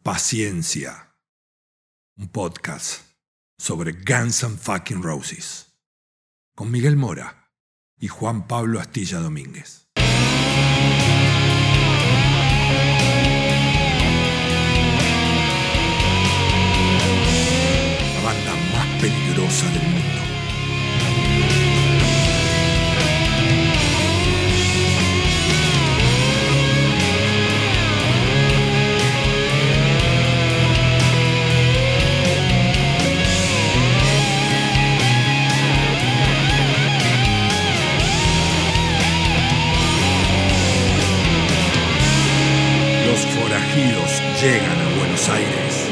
Paciencia, un podcast sobre Guns N' Fucking Roses, con Miguel Mora y Juan Pablo Astilla Domínguez. La banda más peligrosa del mundo. Llegan a Buenos Aires.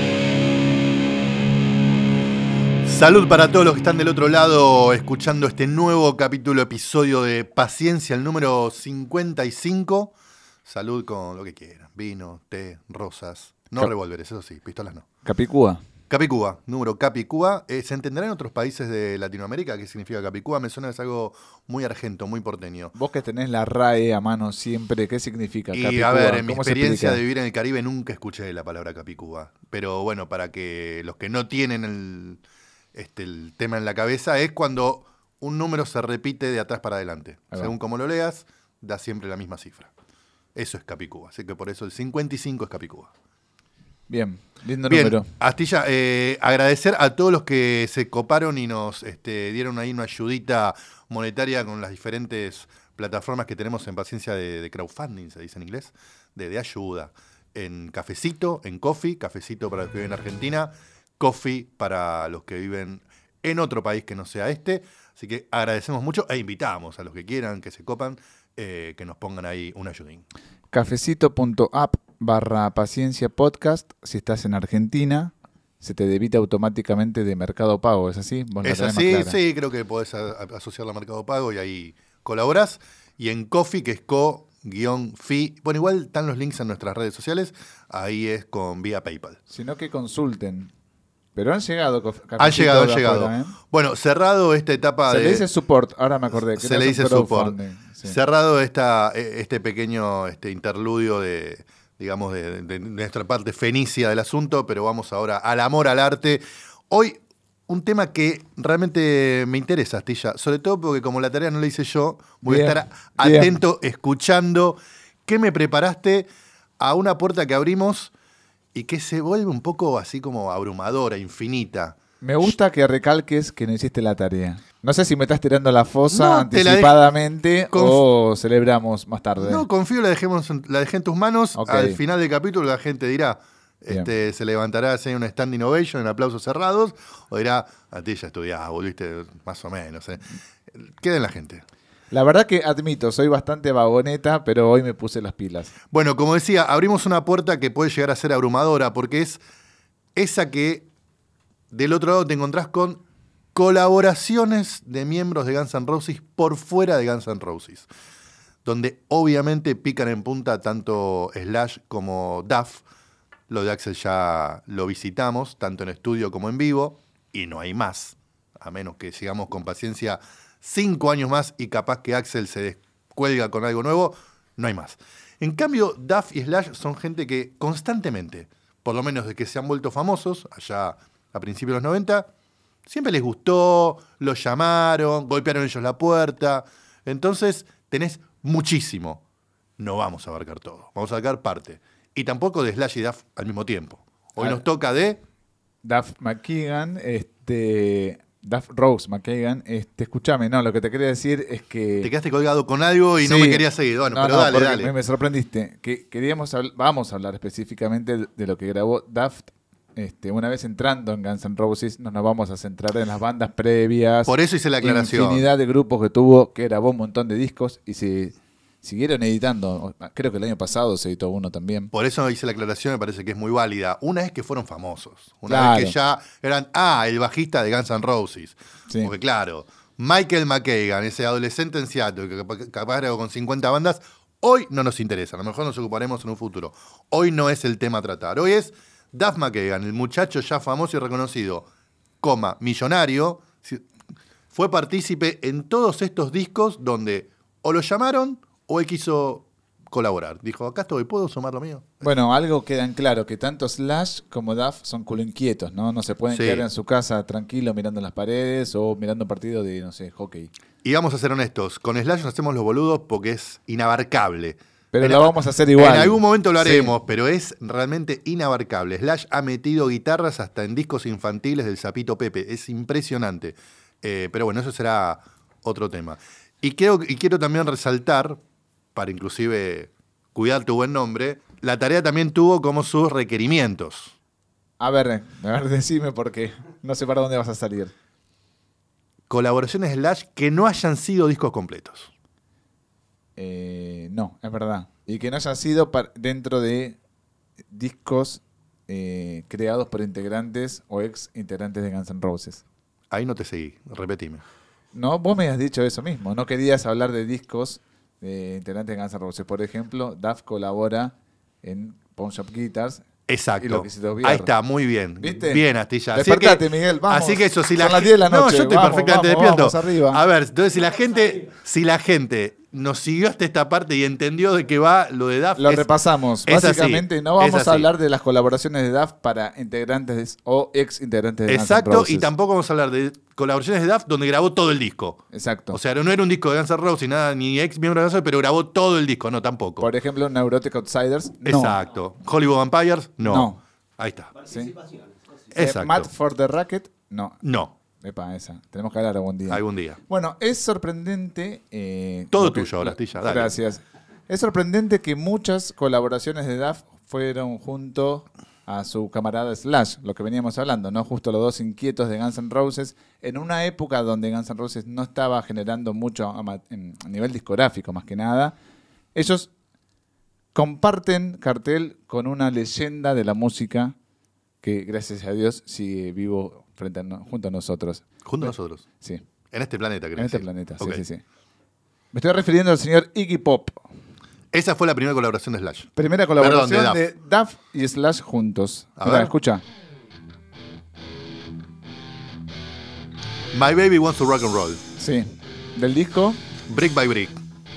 Salud para todos los que están del otro lado escuchando este nuevo episodio de Paciencia, el número 55. Salud con lo que quieran, vino, té, rosas, no revólveres, eso sí, pistolas no. Capicúa. Capicúa, número Capicúa. ¿Se entenderá en otros países de Latinoamérica qué significa Capicúa? Me suena que es algo muy argento, muy porteño. Vos que tenés la RAE a mano siempre, ¿qué significa Capicúa? Y a ver, en mi experiencia de vivir en el Caribe nunca escuché la palabra Capicúa. Pero bueno, para que los que no tienen el tema en la cabeza, es cuando un número se repite de atrás para adelante. Según como lo leas, da siempre la misma cifra. Eso es Capicúa. Así que por eso el 55 es Capicúa. Bien, lindo número. Astilla, agradecer a todos los que se coparon y nos dieron ahí una ayudita monetaria con las diferentes plataformas que tenemos en Paciencia de crowdfunding, se dice en inglés, de ayuda. En Cafecito, en Coffee, Cafecito para los que viven en Argentina, Coffee para los que viven en otro país que no sea este. Así que agradecemos mucho e invitamos a los que quieran, que se copan, que nos pongan ahí un ayudín. Cafecito.app/Paciencia Podcast. Si estás en Argentina, se te debita automáticamente de Mercado Pago. ¿Es así? Es así, sí, creo que podés asociarla a Mercado Pago y ahí colaborás. Y en Coffee, que es co-fi. Bueno, igual están los links en nuestras redes sociales. Ahí es vía PayPal. Sino que consulten. Pero han llegado. Han llegado. Afuera, ¿eh? Bueno, cerrado esta etapa Se le dice support, ahora me acordé. Se le dice support. Sí. Cerrado este pequeño interludio de nuestra parte fenicia del asunto, pero vamos ahora al amor al arte. Hoy un tema que realmente me interesa, Astilla, sobre todo porque como la tarea no la hice yo, voy a estar atento, escuchando qué me preparaste a una puerta que abrimos y que se vuelve un poco así como abrumadora, infinita. Me gusta que recalques que no hiciste la tarea. No sé si me estás tirando la fosa anticipadamente o celebramos más tarde. No, confío, la dejé en tus manos. Okay. Al final del capítulo la gente dirá, se levantará así una standing ovation en aplausos cerrados, o dirá, a ti ya estudiás, volviste más o menos. Queda en la gente. La verdad que admito, soy bastante vagoneta, pero hoy me puse las pilas. Bueno, como decía, abrimos una puerta que puede llegar a ser abrumadora, porque es esa que del otro lado te encontrás con colaboraciones de miembros de Guns N' Roses por fuera de Guns N' Roses, donde obviamente pican en punta tanto Slash como Duff. Lo de Axl ya lo visitamos, tanto en estudio como en vivo, y no hay más, a menos que sigamos con Paciencia 5 años más y capaz que Axl se descuelga con algo nuevo, no hay más. En cambio, Duff y Slash son gente que constantemente, por lo menos de que se han vuelto famosos, allá a principios de los 90, siempre les gustó, los llamaron, golpearon ellos la puerta. Entonces tenés muchísimo. No vamos a abarcar todo, vamos a abarcar parte. Y tampoco de Slash y Duff al mismo tiempo. Hoy nos toca de Duff McKagan, Duff Rose McKagan. Escúchame, no, lo que te quería decir es que te quedaste colgado con algo y no me querías seguir. Bueno, pero dale. Me sorprendiste. Que vamos a hablar específicamente de lo que grabó Duff. Una vez entrando en Guns N' Roses, no nos vamos a centrar en las bandas previas. Por eso hice la aclaración. Infinidad de grupos que tuvo, que grabó un montón de discos y se siguieron editando. Creo que el año pasado se editó uno también. Por eso hice la aclaración, me parece que es muy válida. Una vez que fueron famosos. Una vez que ya eran, el bajista de Guns N' Roses. Sí. Porque claro, Michael McKagan, ese adolescente en Seattle, que capaz grabó con 50 bandas, hoy no nos interesa. A lo mejor nos ocuparemos en un futuro. Hoy no es el tema a tratar. Hoy es Duff McKagan, el muchacho ya famoso y reconocido, millonario, fue partícipe en todos estos discos donde o lo llamaron o él quiso colaborar. Dijo, acá estoy, ¿puedo sumar lo mío? Bueno, algo queda en claro, que tanto Slash como Duff son culo inquietos, ¿no? No se pueden Sí. quedar en su casa tranquilo mirando las paredes o mirando un partido de, no sé, hockey. Y vamos a ser honestos, con Slash nos hacemos los boludos porque es inabarcable. Pero lo vamos a hacer igual. En algún momento lo haremos, Sí. pero es realmente inabarcable. Slash ha metido guitarras hasta en discos infantiles del Sapito Pepe. Es impresionante. Pero bueno, eso será otro tema. Y quiero también resaltar, para inclusive cuidar tu buen nombre, la tarea también tuvo como sus requerimientos. A ver, decime por qué. No sé para dónde vas a salir. Colaboraciones Slash que no hayan sido discos completos. No, es verdad. Y que no hayan sido dentro de discos creados por integrantes o ex integrantes de Guns N' Roses. Ahí no te seguí, repetime. No, vos me has dicho eso mismo. No querías hablar de discos de integrantes de Guns N' Roses. Por ejemplo, Duff colabora en Pawn Shop Guitars. Y Exacto. lo quisiste obviar. Ahí está, muy bien. ¿Viste? Bien, Astilla. Despertate, Miguel, vamos. Así que eso, si la Son las 10 de la No, noche. yo estoy Vamos, perfectamente vamos, despierto. vamos arriba. A ver, entonces si la gente nos siguió hasta esta parte y entendió de qué va lo de Duff. Lo repasamos. es así, Básicamente, no es vamos así. a hablar de las colaboraciones de Duff para integrantes o ex integrantes de Guns N' Exacto, Roses. y tampoco vamos a hablar de colaboraciones de Duff donde grabó todo el disco. Exacto. O sea, no era un disco de Guns N' Roses ni ex miembro de Guns N' Roses, pero grabó todo el disco, no tampoco. Por ejemplo, Neurotic Outsiders. No. Exacto. Hollywood Vampires, no. No. Ahí está. ¿Sí? Exacto. Mad for the Racket. No. No, Epa, esa. Tenemos que hablar algún día. algún día. Bueno, es sorprendente. Todo lo que- tuyo ahora, Astilla, dale. Gracias. Es sorprendente que muchas colaboraciones de Duff fueron junto a su camarada Slash, lo que veníamos hablando, ¿no? Justo los dos inquietos de Guns N' Roses, en una época donde Guns N' Roses no estaba generando mucho a nivel discográfico, más que nada. Ellos comparten cartel con una leyenda de la música que, gracias a Dios, sigue vivo junto a nosotros. Junto a nosotros. Sí. En este planeta, creo. En este planeta, Ok. sí. Me estoy refiriendo al señor Iggy Pop. Esa fue la primera colaboración de Slash. Primera colaboración Perdón, de Duff y Slash juntos. A Mirá, ver. escucha. My Baby Wants to Rock and Roll. Sí. Del disco Brick by Brick.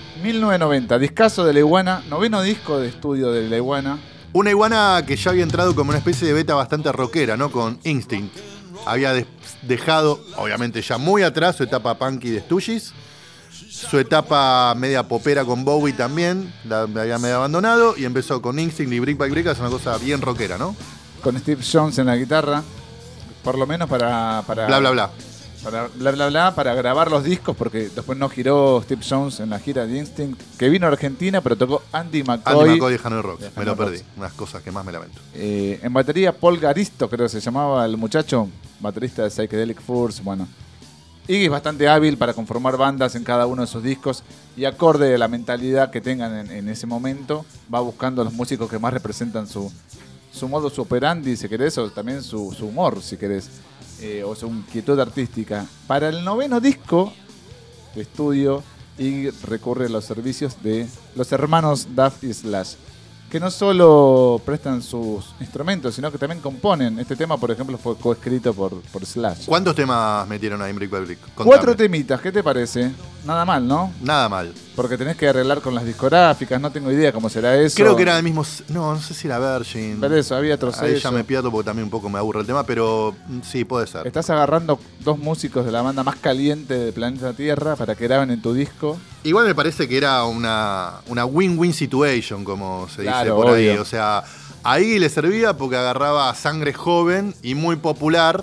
1990. Discazo de La Iguana. Noveno disco de estudio de La Iguana. Una iguana que ya había entrado como una especie de beta bastante rockera, ¿no? Con Instinct. Había dejado, obviamente, ya muy atrás su etapa punky de Stooges. Su etapa media popera con Bowie también. La había medio abandonado. Y empezó con Instinct y Brick by Brick. Es una cosa bien rockera, ¿no? Con Steve Jones en la guitarra. Por lo menos para Bla, bla, bla. Para bla bla bla, para grabar los discos, porque después no giró Steve Jones en la gira de Instinct, que vino a Argentina, pero tocó Andy McCoy. Andy McCoy de Hanoi Rocks. de Me lo Hanoi perdí. Rocks. Unas cosas que más me lamento. En batería, Paul Garisto, creo que se llamaba el muchacho, baterista de Psychedelic Furs. Bueno, Iggy es bastante hábil para conformar bandas en cada uno de sus discos y acorde a la mentalidad que tengan en ese momento, va buscando a los músicos que más representan su modus operandi, si querés, o también su humor, si querés. O su inquietud artística. Para el noveno disco de estudio, Iggy recurre a los servicios de los hermanos Duff y Slash, que no solo prestan sus instrumentos, sino que también componen. Este tema, por ejemplo, fue coescrito por Slash. ¿Cuántos temas metieron ahí en Brick by Brick? Contame. 4 temitas, ¿qué te parece? Nada mal, ¿no? Nada mal. Porque tenés que arreglar con las discográficas, no tengo idea cómo será eso. Creo que era el mismo. No sé si era Virgin. Pero eso, había otros Ahí ya me pierdo porque también un poco me aburre el tema, pero sí, puede ser. Estás agarrando dos músicos de la banda más caliente del planeta Tierra para que graben en tu disco. Igual me parece que era una win-win situation, como se dice Claro, por ahí. obvio. O sea, a Iggy le servía porque agarraba sangre joven y muy popular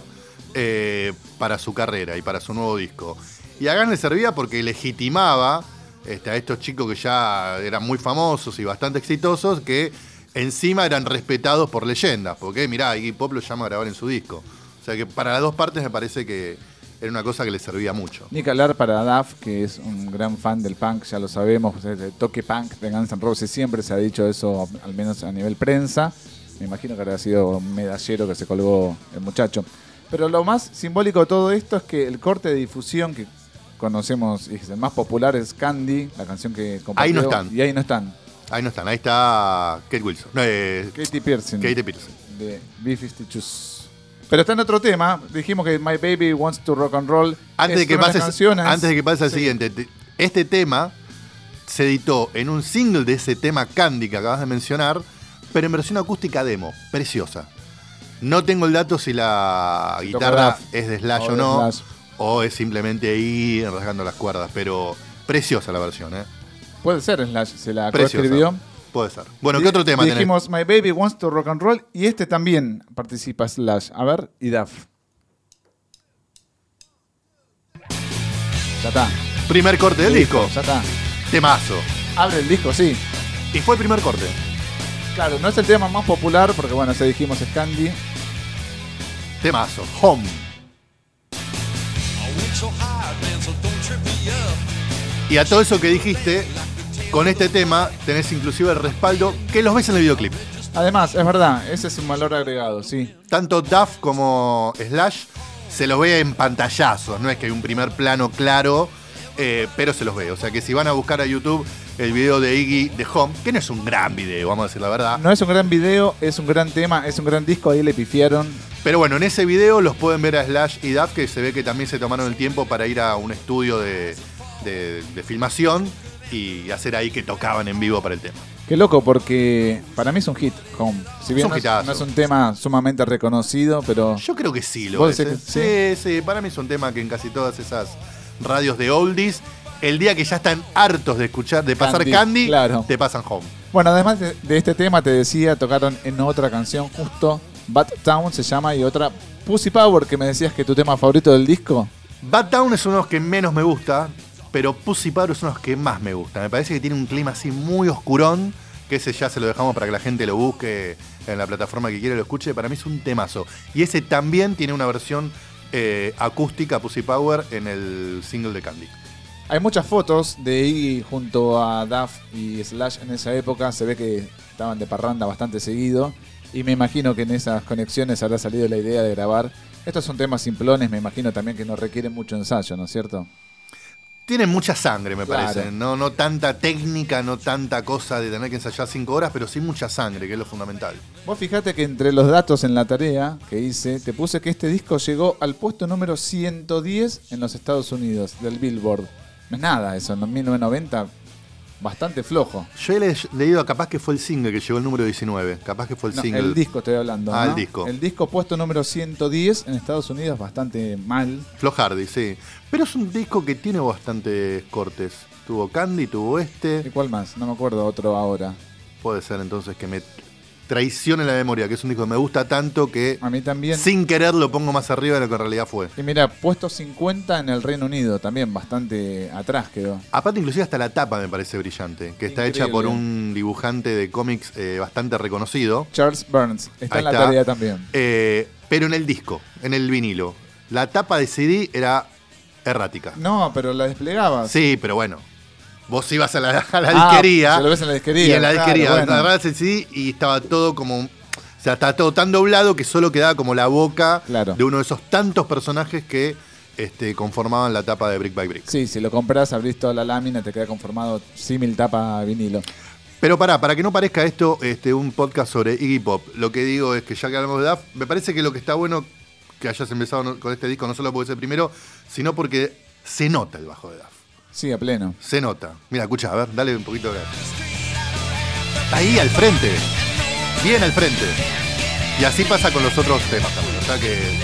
para su carrera y para su nuevo disco. Y a Gunn le servía porque legitimaba a estos chicos que ya eran muy famosos y bastante exitosos, que encima eran respetados por leyendas. Porque mirá, Iggy Pop lo llama a grabar en su disco. O sea que para las dos partes me parece que era una cosa que le servía mucho. Ni que hablar para Duff, que es un gran fan del punk, ya lo sabemos, el toque punk de Guns N' Roses, siempre se ha dicho eso, al menos a nivel prensa. Me imagino que habrá sido un medallero que se colgó el muchacho. Pero lo más simbólico de todo esto es que el corte de difusión que conocemos y es el más popular es Candy, la canción que compartió. Ahí no están. Y ahí no están. Ahí no están, ahí está Kate Wilson. No, Katy Pearson. Katy Pearson. De B-52s. Pero está en otro tema. Dijimos que My Baby Wants to Rock and Roll. Antes de que pases al canciones. siguiente, este tema se editó en un single de ese tema Candy que acabas de mencionar, pero en versión acústica demo, preciosa. No tengo el dato si la guitarra es de Slash o no, o es simplemente ahí rasgando las cuerdas, pero preciosa la versión, ¿eh? Puede ser Slash, se la Preciosa. coescribió. Puede ser. Bueno, ¿qué otro tema tenés? Dijimos My Baby Wants to Rock and Roll y este también participa Slash. A ver, y Duff. Ya está. Primer corte del disco. Ya está. Temazo. Abre el disco, sí. Y fue el primer corte. Claro, no es el tema más popular porque, bueno, ya dijimos es Candy. Temazo. Home. Y a todo eso que dijiste, con este tema tenés inclusive el respaldo que los ves en el videoclip. Además, es verdad, ese es un valor agregado, sí. Tanto Duff como Slash se los ve en pantallazos, no es que hay un primer plano claro, pero se los ve. O sea que si van a buscar a YouTube el video de Iggy de Home, que no es un gran video, vamos a decir la verdad. No es un gran video, es un gran tema, es un gran disco, ahí le pifiaron. Pero bueno, en ese video los pueden ver a Slash y Duff, que se ve que también se tomaron el tiempo para ir a un estudio de filmación y hacer ahí que tocaban en vivo para el tema. Qué loco, porque para mí es un hit, Home. Si bien Es un hitazo. no es un tema sumamente reconocido, pero... Yo creo que sí lo ¿Vos es. decís que Sí, para mí es un tema que en casi todas esas radios de oldies, el día que ya están hartos de escuchar, de pasar Candy, claro. te pasan Home. Bueno, además de este tema, te decía, tocaron en otra canción justo, Bad Town se llama, y otra Pussy Power, que me decías que tu tema favorito del disco. Bad Town es uno de los que menos me gusta, pero Pussy Power es uno de los que más me gusta. Me parece que tiene un clima así muy oscurón, que ese ya se lo dejamos para que la gente lo busque en la plataforma que quiera lo escuche. Para mí es un temazo. Y ese también tiene una versión acústica, Pussy Power, en el single de Candy. Hay muchas fotos de Iggy junto a Duff y Slash en esa época. Se ve que estaban de parranda bastante seguido. Y me imagino que en esas conexiones habrá salido la idea de grabar. Estos son temas simplones, me imagino también que no requieren mucho ensayo, ¿no es cierto? Tienen mucha sangre, me Claro. parece. No tanta técnica, no tanta cosa de tener que ensayar 5 horas, pero sí mucha sangre, que es lo fundamental. Vos fijate que entre los datos en la tarea que hice, te puse que este disco llegó al puesto número 110 en los Estados Unidos, del Billboard. No es nada eso, en 1990, bastante flojo. Yo he leído, capaz que fue el single que llegó el número 19. Capaz que fue el No, single. el disco estoy hablando. Ah, ¿no? el disco. El disco puesto número 110 en Estados Unidos, bastante mal. Flo Hardy, sí. Pero es un disco que tiene bastantes cortes. Tuvo Candy, tuvo ¿Y este. cuál más? No me acuerdo otro ahora. Puede ser entonces que me traicione la memoria, que es un disco que me gusta tanto que A mí también. sin querer lo pongo más arriba de lo que en realidad fue. Y mira, puesto 50 en el Reino Unido, también bastante atrás quedó. Aparte, inclusive hasta la tapa me parece brillante, que está hecha Increíble. por un dibujante de cómics bastante reconocido. Charles Burns, está Ahí en la está. tarea también. Pero en el disco, en el vinilo. La tapa de CD era errática. No, pero la desplegabas. Sí, pero bueno. Vos ibas a la disquería. Se lo ves en la disquería. Y en la claro, disquería bueno. agarrabas el CD y estaba todo como. O sea, estaba todo tan doblado que solo quedaba como la boca Claro. de uno de esos tantos personajes que conformaban la tapa de Brick by Brick. Sí, si lo compras, abrís toda la lámina, te queda conformado símil tapa vinilo. Pero para que no parezca esto un podcast sobre Iggy Pop, lo que digo es que ya que hablamos de Duff, me parece que lo que está bueno que hayas empezado con este disco, no solo porque es el primero, sino porque se nota el bajo de Duff. Sí, a pleno. Se nota. Mira, escucha, a ver, dale un poquito de gas. Ahí al frente. Bien al frente. Y así pasa con los otros temas también. O sea que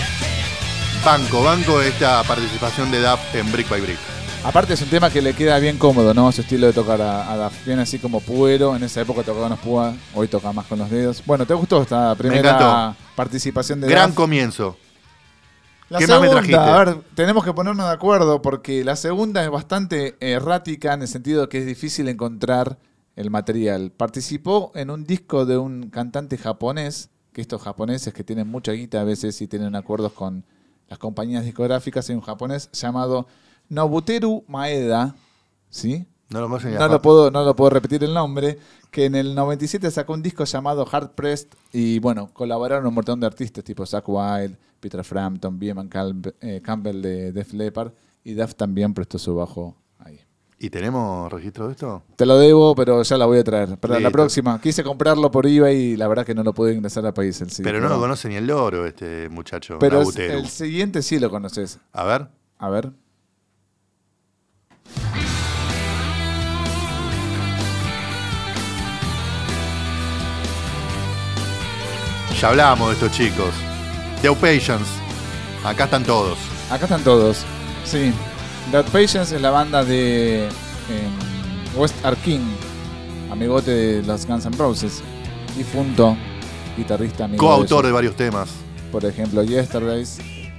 banco esta participación de Duff en Brick by Brick. Aparte es un tema que le queda bien cómodo, ¿no? Su estilo de tocar a Duff. Bien así como puero. En esa época tocaba unos púas, hoy toca más con los dedos. Bueno, ¿te gustó esta primera encantó. participación de Gran Duff? comienzo. La ¿Qué más me segunda, trajiste? a ver, tenemos que ponernos de acuerdo porque la segunda es bastante errática en el sentido de que es difícil encontrar el material. Participó en un disco de un cantante japonés, que estos japoneses que tienen mucha guita a veces y tienen acuerdos con las compañías discográficas, hay un japonés llamado Nobuteru Maeda, ¿sí? No lo conocen ni No a lo puedo repetir el nombre, que en el 97 sacó un disco llamado Hard Pressed y bueno, colaboraron un montón de artistas tipo Zakk Wylde, Peter Frampton, Beeman Campbell de Def Leppard y Duff también prestó su bajo ahí. ¿Y tenemos registro de esto? Te lo debo, pero ya la voy a traer. Para la Listo. próxima. Quise comprarlo por eBay y la verdad que no lo pude ingresar al país. El CD, Pero no lo conoce ni el loro este muchacho. Pero Nobuteru. el siguiente sí lo conoces. A ver. A ver. Ya hablábamos de estos chicos. The Outpatients. Acá están todos. Acá están todos. Sí. The Outpatients es la banda de West Arkin, amigote de los Guns N' Roses. Difunto, guitarrista, amigo Coautor de de varios temas. Por ejemplo, Yesterdays.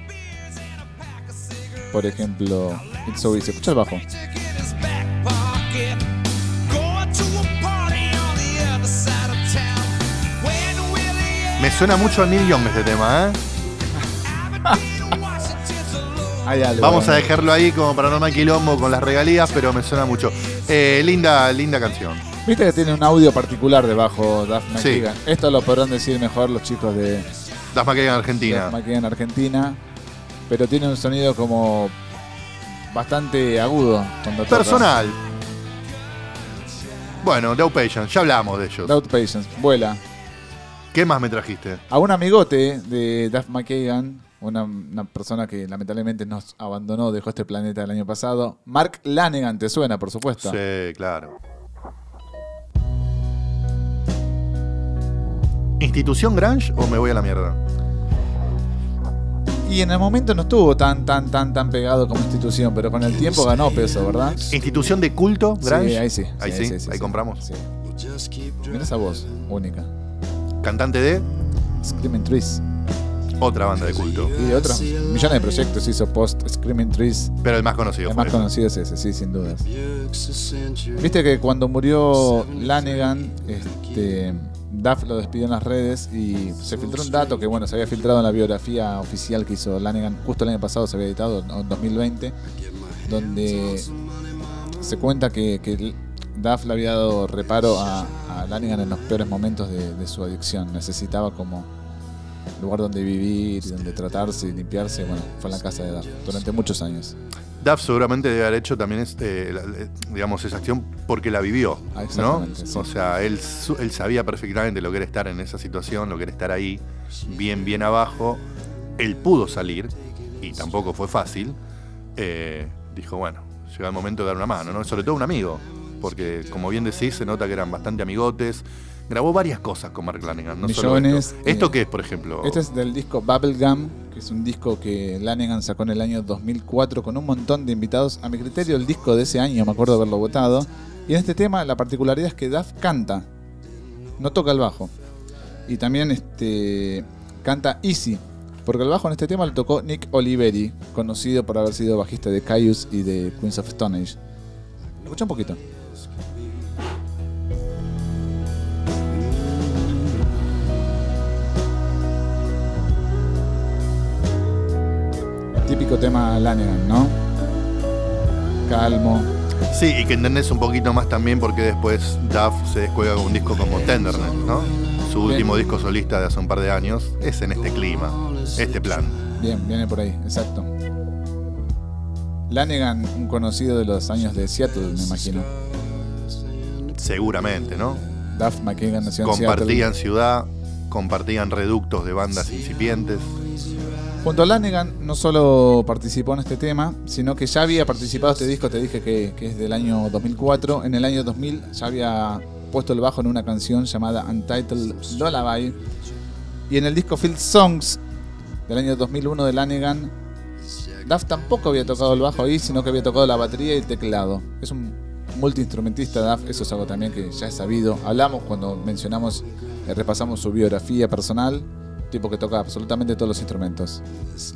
Por ejemplo, It's So Easy. Escucha el bajo. Me suena mucho a Neil Young este tema, ¿eh? Hay algo, Vamos a dejarlo ahí como para no armar quilombo con las regalías, pero me suena mucho. Linda canción. Viste que tiene un audio particular debajo Duff Sí. McKagan. Esto lo podrán decir mejor los chicos de Duff McKagan Argentina. Duff McKagan Argentina. Pero tiene un sonido como bastante agudo cuando toca. Personal. Bueno, The Outpatients, ya hablamos de ellos. The Outpatients, vuela. ¿Qué más me trajiste? A un amigote de Duff McKagan, una persona que lamentablemente nos abandonó, dejó este planeta el año pasado. Mark Lanegan, ¿te suena, por supuesto? Sí, claro. ¿Institución Grunge o me voy a la mierda? Y en el momento no estuvo tan pegado como institución, pero con el tiempo ganó peso, ¿verdad? ¿Institución de culto Grunge? Sí, ahí sí. Ahí compramos. Sí. Mira esa voz única. Cantante de Screaming Trees. otra banda de culto. Y de otros millones de proyectos hizo post Screaming Trees. Pero el más conocido El fue más ese. conocido es ese, sí, sin dudas. Viste que cuando murió Lanegan, Duff lo despidió en las redes y se filtró un dato que, bueno, se había filtrado en la biografía oficial que hizo Lanegan. Justo el año pasado se había editado, en 2020, donde se cuenta que Duff le había dado reparo a Lanegan en los peores momentos de su adicción. Necesitaba como lugar donde vivir, donde tratarse y limpiarse. Bueno, fue en la casa de Duff durante muchos años. Duff seguramente debe haber hecho también digamos, esa acción porque la vivió, ¿no? Exactamente, sí. O sea, él sabía perfectamente lo que era estar en esa situación, lo que era estar ahí, bien abajo. Él pudo salir, y tampoco fue fácil. Dijo, bueno, llegó el momento de dar una mano, ¿no? Sobre todo un amigo, porque como bien decís, se nota que eran bastante amigotes. Grabó varias cosas con Mark Lanegan, no solo Millones. esto. ¿Esto qué es, por ejemplo? Este es del disco Bubblegum, que es un disco que Lanegan sacó en el año 2004 con un montón de invitados. A mi criterio, el disco de ese año, me acuerdo haberlo votado. Y en este tema, la particularidad es que Duff canta, no toca el bajo. Y también canta Easy, porque el bajo en este tema lo tocó Nick Oliveri, conocido por haber sido bajista de Kyuss y de Queens of Stone Age. Escucha un poquito. Típico tema Lanegan, ¿no? Calmo. Sí, y que entendés un poquito más también porque después Duff se descuelga con un disco como Tenderness, ¿no? Su último disco solista de hace un par de años es en este clima, este plan. Bien, viene por ahí, exacto. Lanegan, un conocido de los años de Seattle, me imagino. Seguramente, ¿no? Duff McKagan nació en Seattle. Compartían ciudad, compartían reductos de bandas incipientes. Junto a Lanegan no solo participó en este tema, sino que ya había participado en este disco, te dije que es del año 2004. En el año 2000 ya había puesto el bajo en una canción llamada Untitled Lullaby. Y en el disco Field Songs del año 2001 de Lanegan, Duff tampoco había tocado el bajo ahí, sino que había tocado la batería y el teclado. Es un multiinstrumentista, Duff, eso es algo también que ya es sabido. Hablamos cuando mencionamos, repasamos su biografía personal. Tipo que toca absolutamente todos los instrumentos.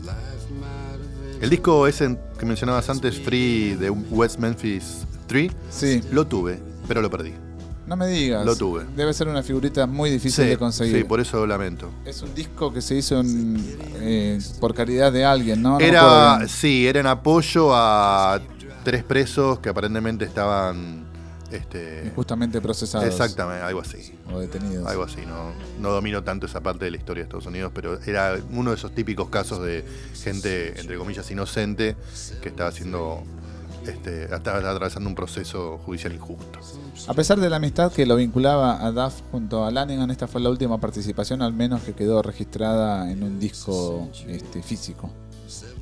El disco ese que mencionabas antes, Free de West Memphis 3, Sí, lo tuve, pero lo perdí. no me digas. Lo tuve. Debe ser una figurita muy difícil de conseguir. Sí, por eso lo lamento. Es un disco que se hizo por caridad de alguien, ¿no? No me Era acuerdo bien. en apoyo a 3 presos que aparentemente estaban Injustamente procesados. exactamente, algo así. O detenidos. Algo así, no domino tanto esa parte de la historia de Estados Unidos, pero era uno de esos típicos casos de gente, entre comillas, inocente, que estaba estaba atravesando un proceso judicial injusto. A pesar de la amistad que lo vinculaba a Duff junto a Lanegan, esta fue la última participación, al menos que quedó registrada en un disco físico.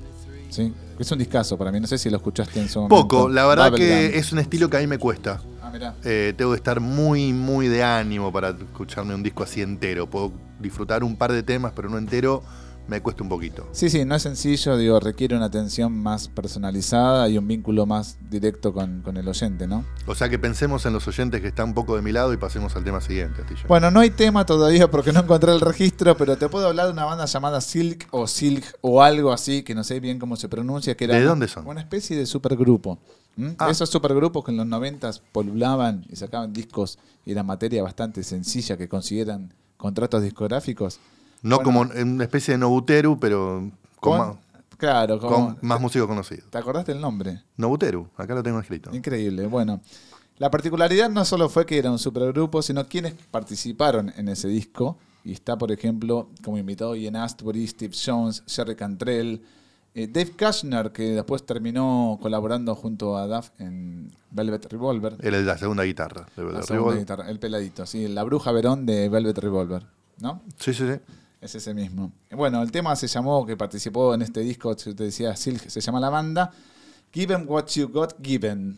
¿Sí? Es un discazo para mí, no sé si lo escuchaste en su momento. Poco, la verdad Bubblegum. que es un estilo que a mí me cuesta. A mirá. Tengo que estar muy, muy de ánimo para escucharme un disco así entero. Puedo disfrutar un par de temas, pero no entero. Me cuesta un poquito. Sí, no es sencillo, digo, requiere una atención más personalizada y un vínculo más directo con el oyente, ¿no? O sea que pensemos en los oyentes que están un poco de mi lado y pasemos al tema siguiente, Astilla. Bueno, no hay tema todavía porque no encontré el registro, pero te puedo hablar de una banda llamada Silk o algo así, que no sé bien cómo se pronuncia. Que era ¿De dónde son? Una especie de supergrupo. Esos supergrupos que en los 90s polulaban y sacaban discos y era materia bastante sencilla que consiguieran contratos discográficos. No Bueno, como una especie de Nobuteru, pero con más músicos conocidos. ¿Te acordaste el nombre? Nobuteru, acá lo tengo escrito. Increíble. Bueno, la particularidad no solo fue que era un supergrupo, sino quienes participaron en ese disco. Y está, por ejemplo, como invitado Ian Astbury, Steve Jones, Jerry Cantrell, Dave Kushner, que después terminó colaborando junto a Duff en Velvet Revolver. Él es la segunda guitarra de Velvet La segunda Revolver. guitarra, el peladito, sí, la bruja Verón de Velvet Revolver, ¿no? Sí. Es ese mismo. Bueno, el tema se llamó, que participó en este disco, te decía Silk, se llama la banda, Given What You Got Given.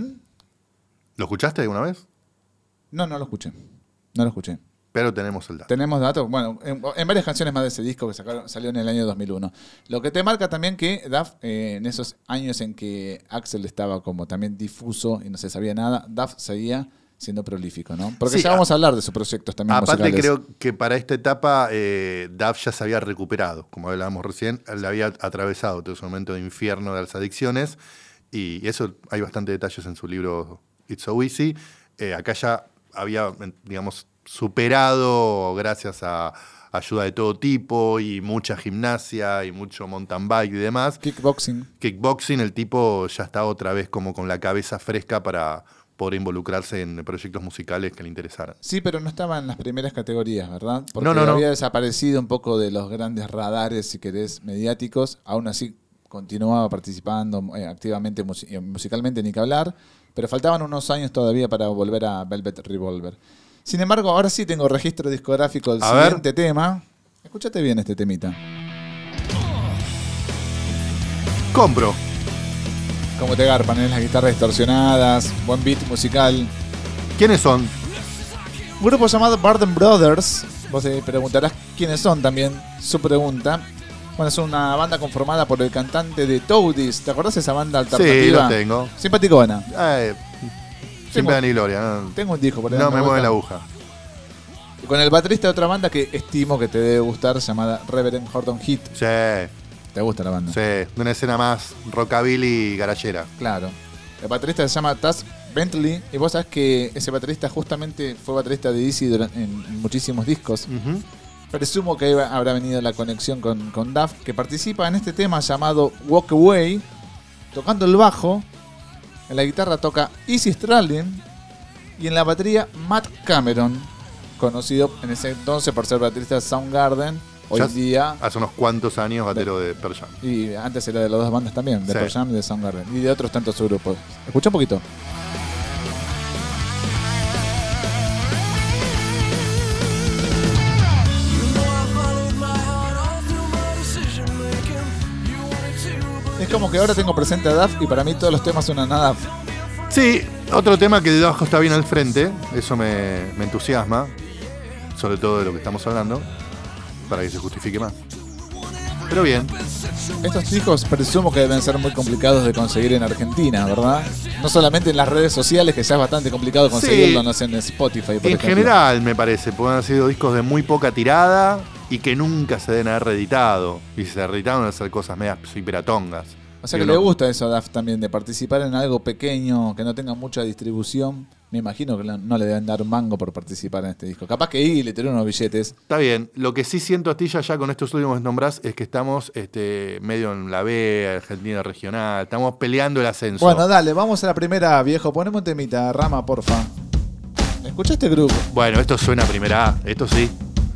¿Lo escuchaste alguna vez? No lo escuché. No lo escuché. Pero tenemos el dato. Tenemos datos, bueno, en varias canciones más de ese disco que salió en el año 2001. Lo que te marca también que Duff, en esos años en que Axl estaba como también difuso y no se sabía nada, Duff seguía siendo prolífico, ¿no? Porque Sí, ya vamos a hablar de sus proyectos también Aparte musicales. creo que para esta etapa Duff ya se había recuperado, como hablábamos recién, él había atravesado todo ese momento de infierno de las adicciones y eso hay bastante detalles en su libro It's So Easy. Acá ya había, digamos, superado gracias a ayuda de todo tipo y mucha gimnasia y mucho mountain bike y demás. Kickboxing, el tipo ya está otra vez como con la cabeza fresca para poder involucrarse en proyectos musicales que le interesaran. Sí, pero no estaba en las primeras categorías, ¿verdad? Porque No. había desaparecido un poco de los grandes radares, si querés, mediáticos. Aún así continuaba participando activamente musicalmente, ni que hablar. Pero faltaban unos años todavía para volver a Velvet Revolver. Sin embargo, ahora sí tengo registro discográfico del siguiente tema. Escúchate bien este temita. Compro. Como te garpan, las guitarras distorsionadas, buen beat musical. ¿Quiénes son? Un grupo llamado Barden Brothers. Vos te preguntarás quiénes son también, su pregunta. Bueno, es una banda conformada por el cantante de Toadies. ¿Te acordás de esa banda alternativa? Sí, lo tengo. Simpaticona. Sin pena ni gloria. No, tengo un disco por ahí. no me mueve la aguja. Y con el baterista de otra banda que estimo que te debe gustar, llamada Reverend Horton Heat. Sí, ¿Te gusta la banda? sí. De una escena más rockabilly y garachera. Claro. El baterista se llama Taz Bentley. Y vos sabés que ese baterista justamente fue baterista de Dizzy en muchísimos discos. Uh-huh. Presumo que habrá venido la conexión con Duff, que participa en este tema llamado Walk Away, tocando el bajo. En la guitarra toca Izzy Stradlin y en la batería Matt Cameron, conocido en ese entonces por ser baterista de Soundgarden, hoy Ya día, Hace unos cuantos años batero de Pearl Jam. y antes era de las dos bandas también, de Sí. Pearl Jam y de Soundgarden, y de otros tantos grupos. Escucha un poquito. Es como que ahora tengo presente a Duff y para mí todos los temas suenan a Duff. Sí, otro tema que de abajo está bien al frente, eso me entusiasma, sobre todo de lo que estamos hablando, para que se justifique más. Pero bien, Estos discos presumo que deben ser muy complicados de conseguir en Argentina, ¿verdad? No solamente en las redes sociales, que ya es bastante complicado conseguirlo, Sí. no sé, en Spotify, por en ejemplo. general me parece, porque han sido discos de muy poca tirada y que nunca se deben haber reeditado. Y si se reeditaron a hacer cosas medias hiperatongas. O sea que le gusta eso a Duff también, de participar en algo pequeño, que no tenga mucha distribución. Me imagino que no le deben dar un mango por participar en este disco. Capaz que Iggy le tiró unos billetes. Está bien, lo que sí siento, Astilla, ya con estos últimos que nombrás, es que estamos medio en la B, Argentina regional, estamos peleando el ascenso. Bueno, dale, vamos a la primera, viejo. Poneme un temita, Rama, porfa. ¿Escuchaste grupo? Bueno, esto suena a primera A, esto sí.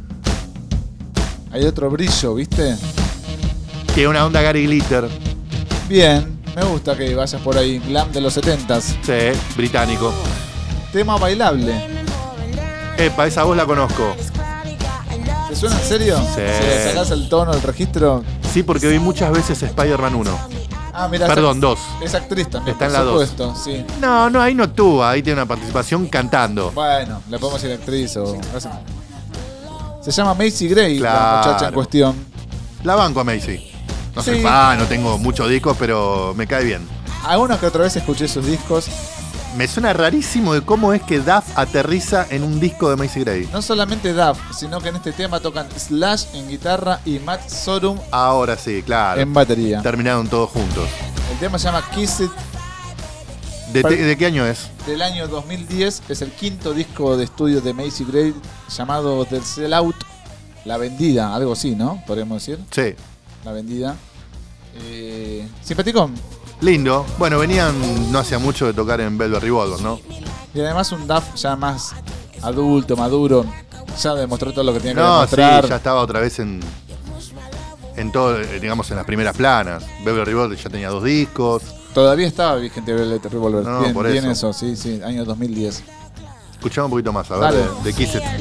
Hay otro brillo, ¿viste? Tiene una onda Gary Glitter, Bien, me gusta que vayas por ahí. Glam de los 70s. sí, británico. Tema bailable. Epa, esa voz la conozco. ¿Te suena en serio? Sí. Si le sacás el tono, el registro. Sí, porque vi muchas veces Spider-Man 1. Ah, mira. Perdón, 2. Es actriz también, Está en por la dos. supuesto, sí. No, ahí no actúa, ahí tiene una participación cantando. Bueno, le podemos decir actriz o... Se llama Macy Gray, la Claro. muchacha en cuestión. La banco a Macy. No soy Sí. fan, no tengo muchos discos, pero me cae bien. Algunos que otra vez escuché sus discos. Me suena rarísimo de cómo es que Duff aterriza en un disco de Macy Gray. No solamente Duff, sino que en este tema tocan Slash en guitarra y Matt Sorum Ahora sí, claro. en batería. Terminaron todos juntos. El tema se llama Kiss It, ¿De qué año es? del año 2010. Es el quinto disco de estudio de Macy Gray llamado The Sellout, La Vendida, algo así, ¿no? Podríamos decir. Sí. La Vendida. Simpaticón. Lindo. Bueno, venían no hacía mucho de tocar en Velvet Revolver, ¿no? Y además un Duff ya más adulto, maduro. Ya demostró todo lo que tenía que No, sí, demostrar. ya estaba otra vez en todo, digamos, en las primeras planas. Velvet Revolver ya tenía 2 discos. Todavía estaba vigente Velvet Revolver. No, bien, por bien eso. eso, sí, año 2010. Escuchamos un poquito más, a ver, Dale. de Kiss It.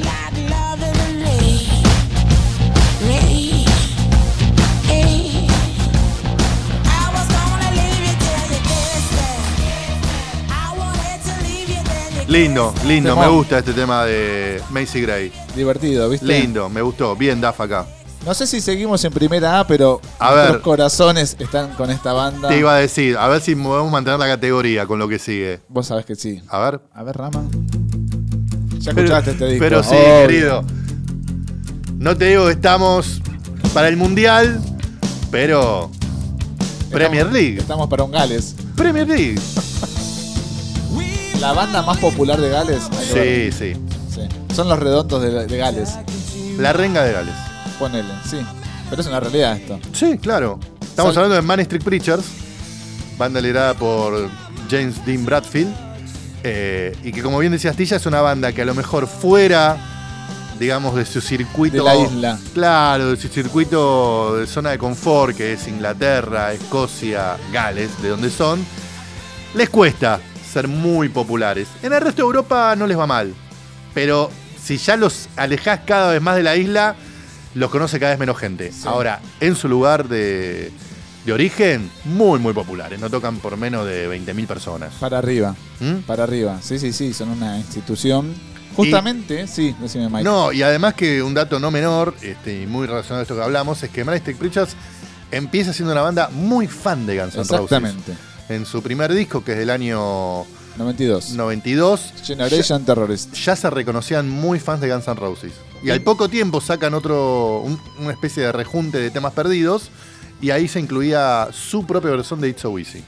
Lindo, lindo, Temón. me gusta este tema de Macy Gray. Divertido, ¿viste? Lindo, me gustó. Bien, Duff acá. No sé si seguimos en primera A, pero A nuestros ver. corazones están con esta banda. Te iba a decir, a ver si podemos mantener la categoría con lo que sigue. Vos sabés que sí. A ver. A ver, Rama. Ya escuchaste este disco. Pero sí, Obvio. querido. No te digo que estamos para el Mundial, pero Premier League. Estamos para un Gales. Premier League. La banda más popular de Gales. hay que ver. Sí, sí. Sí. Son los redondos de Gales. La renga de Gales. Ponele, sí. Pero es una realidad esto. Sí, claro. Estamos hablando de Manic Street Preachers, banda liderada por James Dean Bradfield, y que como bien decía Astilla, es una banda que a lo mejor fuera, digamos, de su circuito... De la isla. Claro, de su circuito de zona de confort, que es Inglaterra, Escocia, Gales, de donde son, les cuesta ser muy populares. En el resto de Europa no les va mal, pero si ya los alejás cada vez más de la isla, los conoce cada vez menos gente. Sí. Ahora, en su lugar de origen, muy, muy populares. No tocan por menos de 20.000 personas. Para arriba. ¿Mm? Para arriba. Sí, sí, sí. Son una institución. Justamente, sí, decime, Mike. No, y además que un dato no menor, y muy relacionado a esto que hablamos, es que Manic Street Preachers empieza siendo una banda muy fan de Guns N' Roses. Exactamente. En su primer disco, que es del año 92. 92, Generation Terrorist. ya se reconocían muy fans de Guns N' Roses. Y al poco tiempo sacan una especie de rejunte de temas perdidos, y ahí se incluía su propia versión de It's So Easy.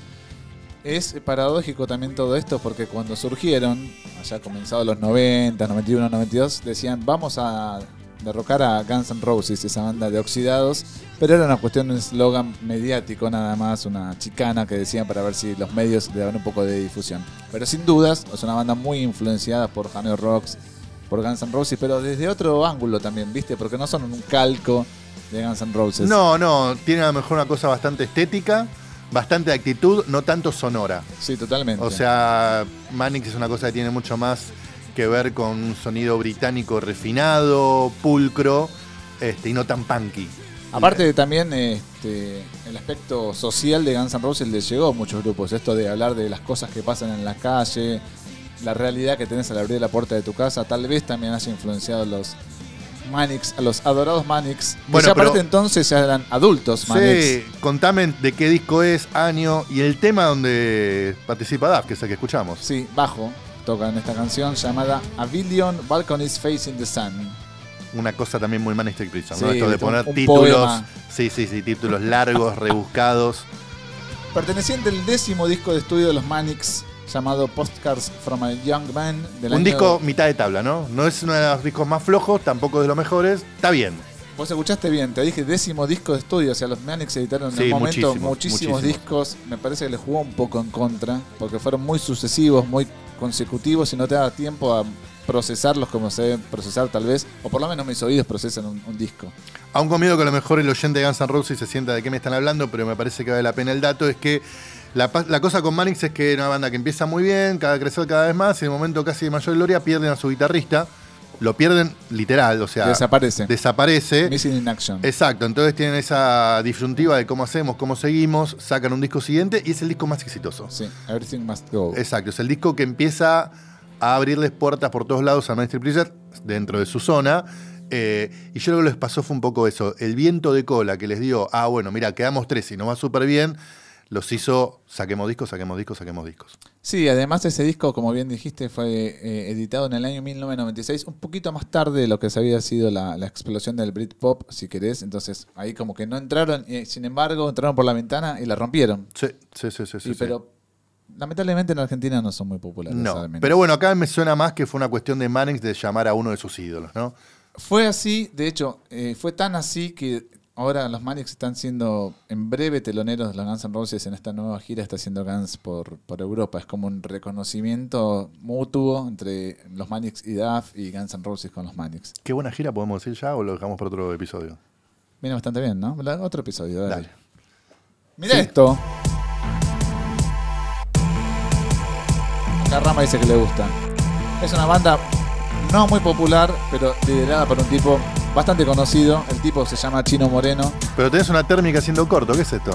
Es paradójico también todo esto porque cuando surgieron, allá comenzados los 90, 91, 92, decían vamos a derrocar a Guns N' Roses, esa banda de oxidados, pero era una cuestión de un eslogan mediático nada más, una chicana que decían para ver si los medios le daban un poco de difusión. Pero sin dudas es una banda muy influenciada por Hanoi Rocks, por Guns N' Roses, pero desde otro ángulo también, ¿viste? Porque no son un calco de Guns N' Roses. No, tiene a lo mejor una cosa bastante estética, bastante de actitud, no tanto sonora. Sí, totalmente. O sea, Manic es una cosa que tiene mucho más que ver con un sonido británico refinado, pulcro, y no tan punky. Aparte también el aspecto social de Guns N' Roses les llegó a muchos grupos. Esto de hablar de las cosas que pasan en la calle, la realidad que tenés al abrir la puerta de tu casa, tal vez también haya influenciado a los Manics, a los adorados Manics. Bueno, Ya pero- aparte entonces ya eran adultos Manics. Sí, contame de qué disco es, año y el tema donde participa Duff, que es el que escuchamos. Sí, bajo. Tocan esta canción llamada A Billion Balconies Facing the Sun. Una cosa también muy Manic Street Preachers, ¿no? Sí, Esto de un poner poema. títulos. Sí, títulos largos, rebuscados. Perteneciente al 10º disco de estudio de los Manics, llamado Postcards from a Young Man. Del Un año- disco mitad de tabla, ¿no? No es uno de los discos más flojos, tampoco de los mejores. Está bien. Vos escuchaste bien, te dije 10º disco de estudio, o sea, los Manics editaron en Sí, un momento muchísimos muchísimos discos, me parece que les jugó un poco en contra, porque fueron muy sucesivos, muy consecutivos y no te daba tiempo a procesarlos como se deben procesar tal vez, o por lo menos mis oídos procesan un disco. Aún con miedo que a lo mejor el oyente de Guns N' Roses se sienta de qué me están hablando, pero me parece que vale la pena el dato, es que la cosa con Manics es que es una banda que empieza muy bien, cada crecer cada vez más, y en el momento casi de mayor gloria pierden a su guitarrista, lo pierden literal, o sea, desaparece. Missing in action. Exacto, entonces tienen esa disyuntiva de cómo hacemos, cómo seguimos, sacan un disco siguiente y es el disco más exitoso. Sí, Everything Must Go. Exacto, es el disco que empieza a abrirles puertas por todos lados a Manic Street Preachers dentro de su zona. Y yo lo que les pasó fue un poco eso, el viento de cola que les dio, bueno, mira, quedamos 3 y nos va súper bien, los hizo, saquemos discos. Sí, además ese disco, como bien dijiste, fue editado en el año 1996, un poquito más tarde de lo que se había sido la explosión del Britpop, si querés. Entonces ahí como que no entraron, sin embargo entraron por la ventana y la rompieron. Sí. Pero lamentablemente en Argentina no son muy populares. No, pero bueno, acá me suena más que fue una cuestión de Mannix de llamar a uno de sus ídolos, ¿no? Fue así, de hecho, fue tan así que ahora los Manics están siendo en breve teloneros de los Guns N' Roses en esta nueva gira. Está haciendo Guns por Europa. Es como un reconocimiento mutuo entre los Manics y Duff y Guns N' Roses con los Manics. ¿Qué buena gira podemos decir ya o lo dejamos para otro episodio? Viene bastante bien, ¿no? Otro episodio, dale. Mira Sí. esto. Acá Rama dice que le gusta. Es una banda no muy popular, pero liderada por un tipo bastante conocido. El tipo se llama Chino Moreno. Pero tenés una térmica haciendo corto, ¿qué es esto?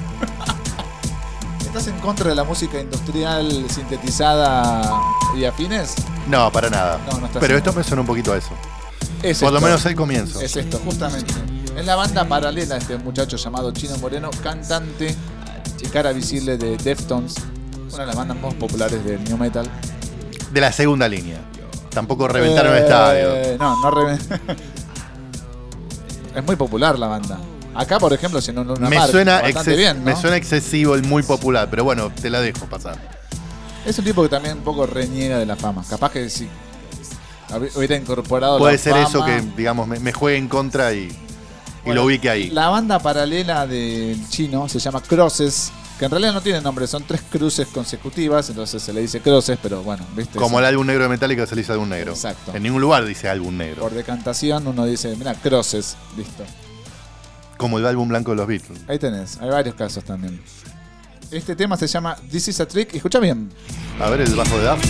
¿Estás en contra de la música industrial sintetizada y afines? No, para nada. No estás pero en- esto me suena un poquito a eso. Es Por lo esto. menos el comienzo. Es esto, justamente. Es la banda paralela a este muchacho llamado Chino Moreno, cantante y cara visible de Deftones, una de las bandas más populares del new metal. De la segunda línea. Tampoco reventaron el estadio. No reventaron. Es muy popular la banda. Acá, por ejemplo, si no una Me marca, suena, bastante bien, ¿no? me suena excesivo el muy popular, pero bueno, te la dejo pasar. Es un tipo que también un poco reniega de la fama. Capaz que si hubiera incorporado Puede la ser fama, eso que, digamos, me juegue en contra y lo ubique ahí. La banda paralela del Chino se llama Crosses, que en realidad no tiene nombre, son 3 cruces consecutivas, entonces se le dice Crosses, pero bueno, ¿viste? Como Eso. el álbum negro de Metallica se le dice álbum negro. Exacto. En ningún lugar dice álbum negro. Por decantación uno dice, mira, Crosses, listo. Como el álbum blanco de los Beatles. Ahí tenés, hay varios casos también. Este tema se llama This Is a Trick, y escucha bien. A ver el bajo de Duff.